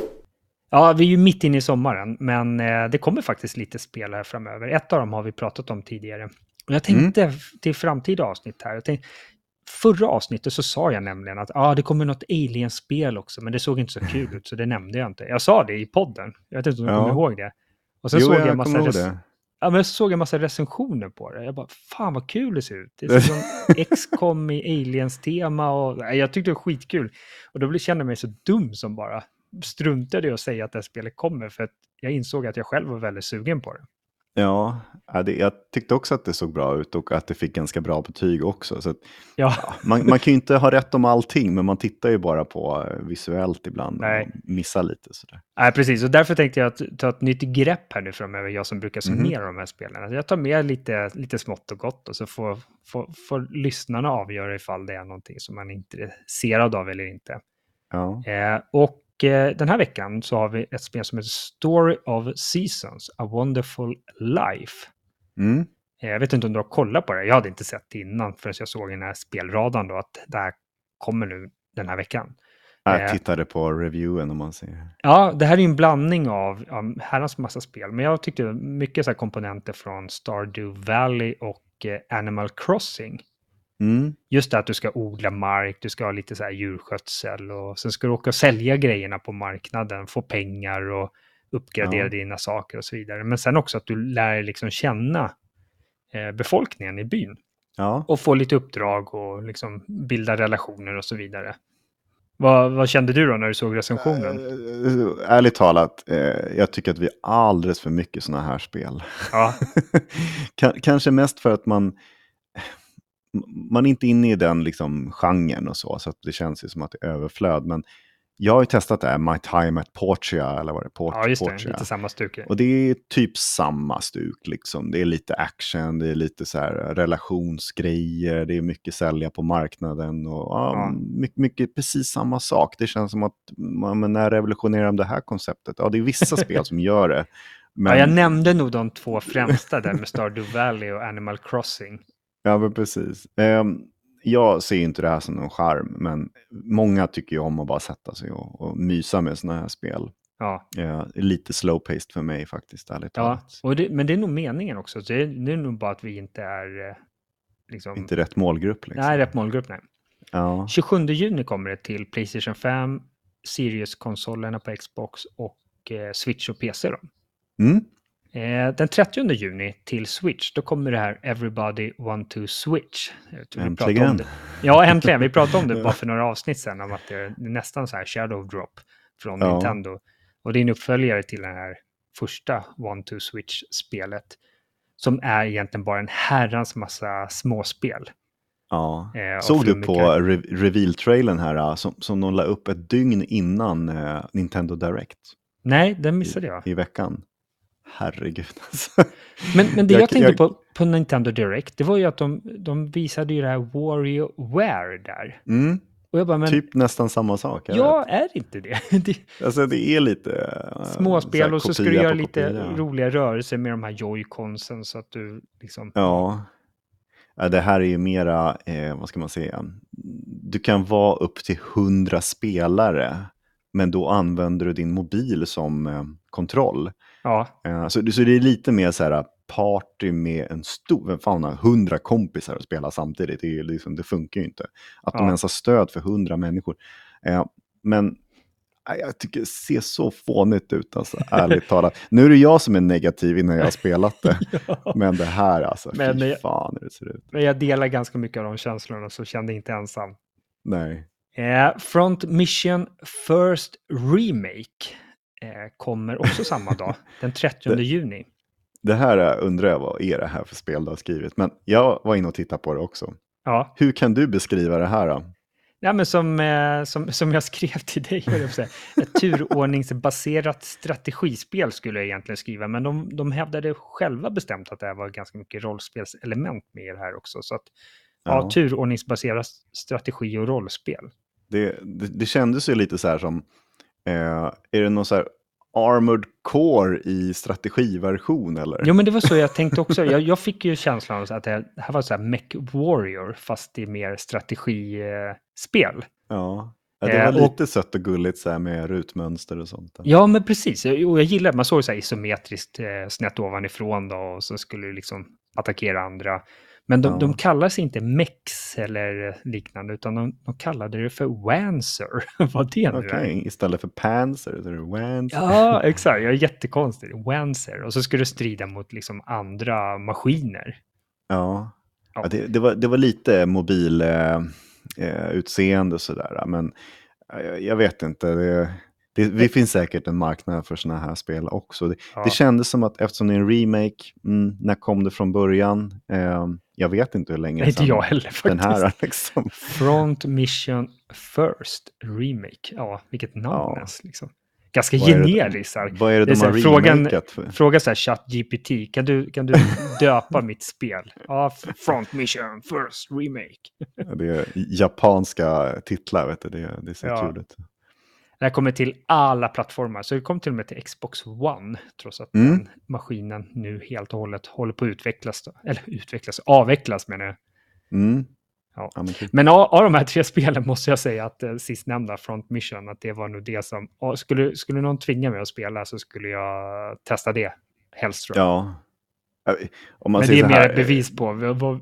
ja, vi är ju mitt inne i sommaren, men eh, det kommer faktiskt lite spel här framöver. Ett av dem har vi pratat om tidigare. Och jag tänkte mm. till framtida avsnitt här. Jag tänkte, förra avsnittet så sa jag nämligen att ah, det kommer något Alien-spel också, men det såg inte så kul ut, så det nämnde jag inte. Jag sa det i podden. Jag vet inte om du Ja. kommer ihåg det. Och sen Jo, såg jag jag massa kommer ihåg res- det. Ja, men så såg jag en massa recensioner på det. Jag bara, fan vad kul det ser ut. Det är som X COM i Aliens-tema och nej, jag tyckte det var skitkul. Och då blev- kände jag mig så dum som bara struntade i att säga att det här spelet kommer för att jag insåg att jag själv var väldigt sugen på det. Ja, ja, det, jag tyckte också att det såg bra ut och att det fick ganska bra betyg också. Så att, Ja, ja, man, man kan ju inte ha rätt om allting, men man tittar ju bara på eh, visuellt ibland Nej. och missar lite sådär. nej, precis. Och därför tänkte jag att ta ett nytt grepp här nu framöver, jag som brukar Mhm. summera de här spelen. Alltså jag tar med lite, lite smått och gott och så får, får, får lyssnarna avgöra ifall det är någonting som man är intresserad av eller inte. Ja. Eh, och eh, den här veckan så har vi ett spel som heter Story of Seasons, A Wonderful Life. Mm. Eh, jag vet inte om du har kollat på det. Jag hade inte sett det innan förrän jag såg i den här spelradan då att det här kommer nu den här veckan. Jag Eh, tittade på reviewen om man ser. Ja, det här är ju en blandning av ja, herrans massa spel. Men jag tyckte mycket så här komponenter från Stardew Valley och eh, Animal Crossing. Mm. Just det att du ska odla mark, du ska ha lite så här djurskötsel och sen ska du åka och sälja grejerna på marknaden, få pengar och uppgradera Ja. dina saker och så vidare. Men sen också att du lär dig liksom känna eh, befolkningen i byn Ja. och få lite uppdrag och liksom bilda relationer och så vidare. Vad, vad kände du då när du såg recensionen? Äh, ärligt talat, eh, jag tycker att vi har alldeles för mycket sådana här spel. Ja, K- kanske mest för att man man är inte inne i den liksom genren och så, så att det känns ju som att det är överflöd. Men jag har ju testat det här, My Time at Portia, eller vad det är, Port, ja just det. Portia. Lite samma stuke. Och det är typ samma stuk liksom. Det är lite action, det är lite så här relationsgrejer, det är mycket sälja på marknaden och ja, Ja. mycket, mycket precis samma sak. Det känns som att man, men när revolutionerar de det här konceptet? Ja, det är vissa spel som gör det. Men, Ja, jag nämnde nog de två främsta där med Stardew Valley och Animal Crossing. ja, men precis. Ehm, jag ser inte det här som någon charm, men många tycker ju om att bara sätta sig och, och mysa med sådana här spel. Ja, Ja, lite slow-paced för mig faktiskt, ärligt ja. talat. Och det, men det är nog meningen också. Det är, det är nog bara att vi inte är eh, liksom... Inte rätt målgrupp liksom. Nej, rätt målgrupp, nej. Ja. tjugosjunde juni kommer det till PlayStation fem, Series-konsolerna på Xbox och eh, Switch och P C. Då. Mm. Eh, den trettionde juni till Switch, då kommer det här Everybody Want to Switch. Jag tror vi pratade om Äntligen. det. Ja, äntligen. Vi pratade om det bara för några avsnitt sedan, om att det är nästan så här shadow drop från Ja. Nintendo. Och det är en uppföljare till den här första Want to Switch-spelet, som är egentligen bara en herrans massa småspel. Ja. Eh, och Såg du flummiga. på re- reveal-trailern här uh, som, som de la upp ett dygn innan uh, Nintendo Direct Nej, den missade jag. i veckan? Herregud alltså. Men, men det jag, Jag- tänkte jag- på på Nintendo Direct, det var ju att de, de visade ju det här WarioWare där. Mm. Och jag bara, men Typ nästan samma sak. jag ja, är det inte det? det vet. Alltså det är lite... uh, så småspel här och så ska kopia du göra på lite kopia. roliga rörelser med de här joyconsen så att du liksom... Ja. Ja, det här är ju mera, eh, vad ska man säga, du kan vara upp till hundra spelare, men då använder du din mobil som eh, kontroll. Ja, Eh, så, det- så det är lite mer så här party med en stor, vem fan har hundra kompisar att spela samtidigt, det, är liksom, det funkar ju inte. Att de Ja. ens har stöd för hundra människor. Eh, men ja, jag tycker det ser så fånigt ut, alltså, ärligt talat. Nu är det jag som är negativ innan jag har spelat det. ja. Men det här alltså, Men fy jag- fan hur det ser ut. Men jag delar ganska mycket av de känslorna så kände inte ensam. Nej. Eh, Front Mission First Remake eh, kommer också samma dag, den trettionde juni. Det här eh, undrar jag vad är det här för spel du har skrivit. Men jag var inne och tittade på det också. Ja, Hur kan du beskriva det här då? ja men som, eh, som, som jag skrev till dig, höll jag på att säga. Ett turordningsbaserat strategispel skulle jag egentligen skriva, men de, de hävdade själva bestämt att det här var ganska mycket rollspelselement med i det här också. Så att, ja, Ja. turordningsbaserat strategi och rollspel. Det, det, det kändes ju lite så här som, eh, är det någon så här Armored Core i strategiversion eller? Jo, men det var så jag tänkte också. Jag, jag fick ju känslan av att det här var så här Mech Warrior, fast det är mer strategispel. Ja. Ja, det Eh, var och- lite sött och gulligt så här med rutmönster och sånt. Ja, men precis. Och jag gillar, man såg så här isometriskt eh, snett ovanifrån då, och så skulle du liksom attackera andra. Men de, de Ja. kallar sig inte Mex eller liknande, utan de, de kallade det för Wanzer. Vad det nu Okej, är. istället för Panzer så är det Wanzer. Ja, exakt. Jag är jättekonstig. Wanzer. Och så skulle det strida mot liksom andra maskiner. Ja, Ja. ja det, det, var, det var lite mobil eh, eh, utseende och sådär. Men eh, jag vet inte. Det, det, det finns säkert en marknad för såna här spel också. Det, Ja. det kändes som att eftersom det är en remake, mm, när kom det från början? Eh, jag vet inte hur länge Nej, inte sedan jag heller faktiskt. den här liksom. Front Mission First Remake. Ja, vilket namn Ja. ens liksom. Ganska Vad är det- generiskt. så här. Vad är det, Det är de så har här, frågan, remakat för? fråga så här, ChatGPT, kan du, kan du döpa mitt spel? Ja, Front Mission First Remake. Det är japanska titlar, vet du. Det, det ser Ja. kul ut. Det här kommer till alla plattformar, så det kommer till och med till Xbox One, trots att Mm. den maskinen nu helt och hållet håller på att utvecklas. Då. Eller utvecklas, avvecklas menar jag. Mm. Ja. Ja, men kul. Men av, av de här tre spelen måste jag säga att eh, sistnämnda Front Mission, att det var nog det som, ja, skulle, skulle någon tvinga mig att spela så skulle jag testa det, helst tror jag. Ja. Om man Men säger det är så här, mer ett bevis på vad, vad,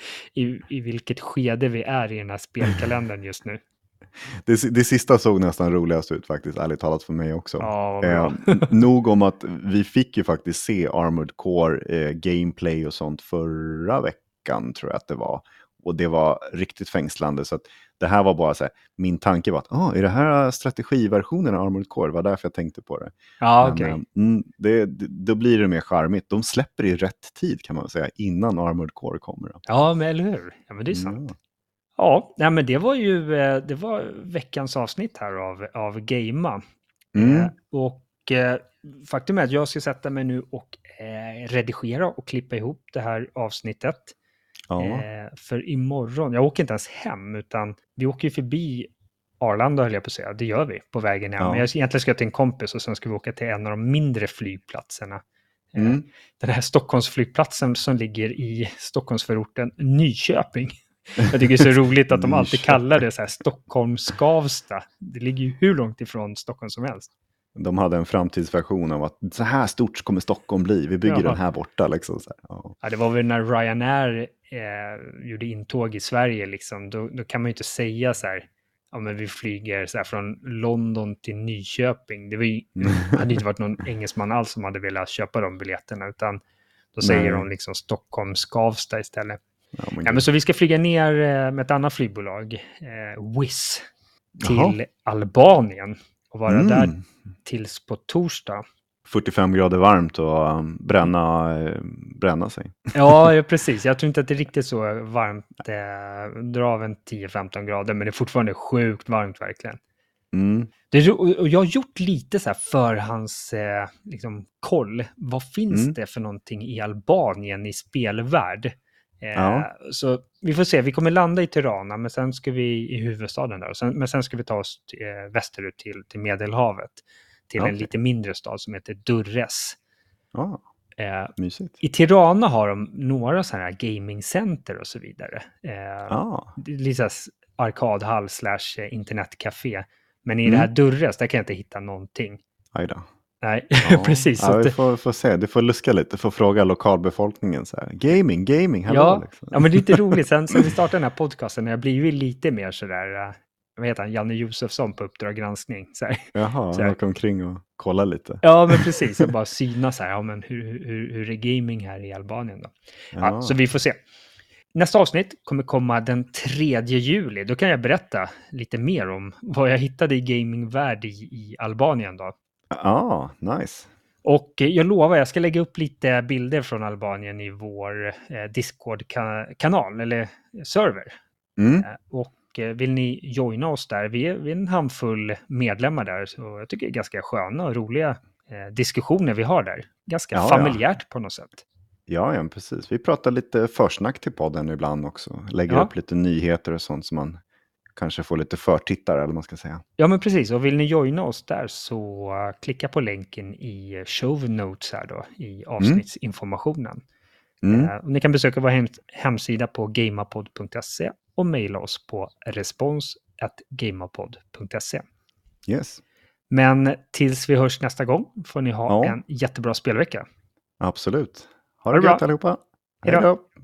i, i vilket skede vi är i den här spelkalendern just nu. Det, det sista såg nästan roligast ut faktiskt, ärligt talat för mig också. Ja, vad bra. Eh, nog om att vi fick ju faktiskt se Armored Core eh, gameplay och sånt förra veckan tror jag att det var. Och det var riktigt fängslande, så att det här var bara så här, min tanke var att ah, är det här strategiversionen av Armored Core? Det var därför jag tänkte på det. Ja, Men, okej. eh, mm, det, det, då blir det mer charmigt. De släpper i rätt tid kan man säga, innan Armored Core kommer. Då. Ja, men eller hur? Ja, men det är sant. Ja. Ja, nej, men det var ju eh, det var veckans avsnitt här av, av Gamea. Mm. Eh, och eh, faktum är att jag ska sätta mig nu och eh, redigera och klippa ihop det här avsnittet. Ja. Eh, för imorgon, jag åker inte ens hem, utan vi åker ju förbi Arlanda höll jag på att säga. Det gör vi på vägen hem. Ja. Men jag, egentligen ska jag till en kompis och sen ska vi åka till en av de mindre flygplatserna. Eh, Mm. Den här Stockholmsflygplatsen som ligger i Stockholmsförorten Nyköping. Jag tycker det är så roligt att de alltid Nyköping. kallar det så här Stockholm-Skavsta. Det ligger ju hur långt ifrån Stockholm som helst. De hade en framtidsversion av att så här stort kommer Stockholm bli. Vi bygger Ja. den här borta. Liksom, så här. Ja. Ja, det var väl när Ryanair eh, gjorde intåg i Sverige. Liksom, då, då kan man ju inte säga så här, ja men vi flyger så här från London till Nyköping. Det var ju, hade inte varit någon engelsman alls som hade velat köpa de biljetterna, utan då säger Nej. de liksom Stockholm-Skavsta istället. Ja, men Ja, men så vi ska flyga ner eh, med ett annat flygbolag, eh, Wizz, till Jaha. Albanien och vara Mm. där tills på torsdag. fyrtiofem grader varmt och um, bränna, eh, bränna sig. Ja, ja, precis. Jag tror inte att det är riktigt så varmt. Eh, drar av en tio femton grader, men det är fortfarande sjukt varmt verkligen. Mm. Det är, ro- och jag har gjort lite så här förhands eh, liksom, koll. Vad finns Mm. det för någonting i Albanien i spelvärld? Eh, Ja. Så vi får se. Vi kommer landa i Tirana, men sen ska vi i huvudstaden där. Och sen, men sen ska vi ta oss till, eh, västerut till, till Medelhavet. Till en Okej. lite mindre stad som heter Durres. Ja, Eh, mysigt. I Tirana har de några sådana här gamingcenter och så vidare. Eh, Ja. det är lite så här arkadhall slash eh, internetcafé. Men i Mm. det här Durres, där kan jag inte hitta någonting. Aj då. Nej, Ja. precis. Så Ja, att vi det- får, får se. Du får luska lite. Du får fråga lokalbefolkningen. Så här. Gaming, gaming, hallå. ja, Liksom. ja, men det är lite roligt. Sen, sen vi startade den här podcasten har jag blivit lite mer sådär, eh, vad heter han, Janne Josefsson på Uppdrag granskning. Så här. Jaha, Så här. jag åker omkring och kollar lite. Ja, men precis. Jag bara syna så här, ja, men hur, hur, hur är gaming här i Albanien då? Ja. Ja. Så vi får se. Nästa avsnitt kommer komma den tredje juli. Då kan jag berätta lite mer om vad jag hittade i gamingvärld i, i Albanien då. Ja, nice. Och eh, jag lovar, jag ska lägga upp lite bilder från Albanien i vår eh, Discord-kanal, eller server. Mm. Eh, och eh, vill ni joina oss där? Vi är, vi är en handfull medlemmar där, så jag tycker det är ganska sköna och roliga eh, diskussioner vi har där. Ganska Ja, ja. familjärt på något sätt. Ja, ja, precis. Vi pratar lite försnack till podden ibland också. Lägger Ja. upp lite nyheter och sånt som man kanske får lite förtittare, eller vad man ska säga. Ja, men precis. Och vill ni joina oss där så uh, klicka på länken i show notes här då, i avsnittsinformationen. Mm. Eh, och ni kan besöka vår hem- hemsida på gamapod punkt se och mejla oss på respons at gamapod punkt se. Yes, Men tills vi hörs nästa gång får ni ha Ja. en jättebra spelvecka. absolut. Ha Ha det det gött bra. allihopa. Hej då. Hej då.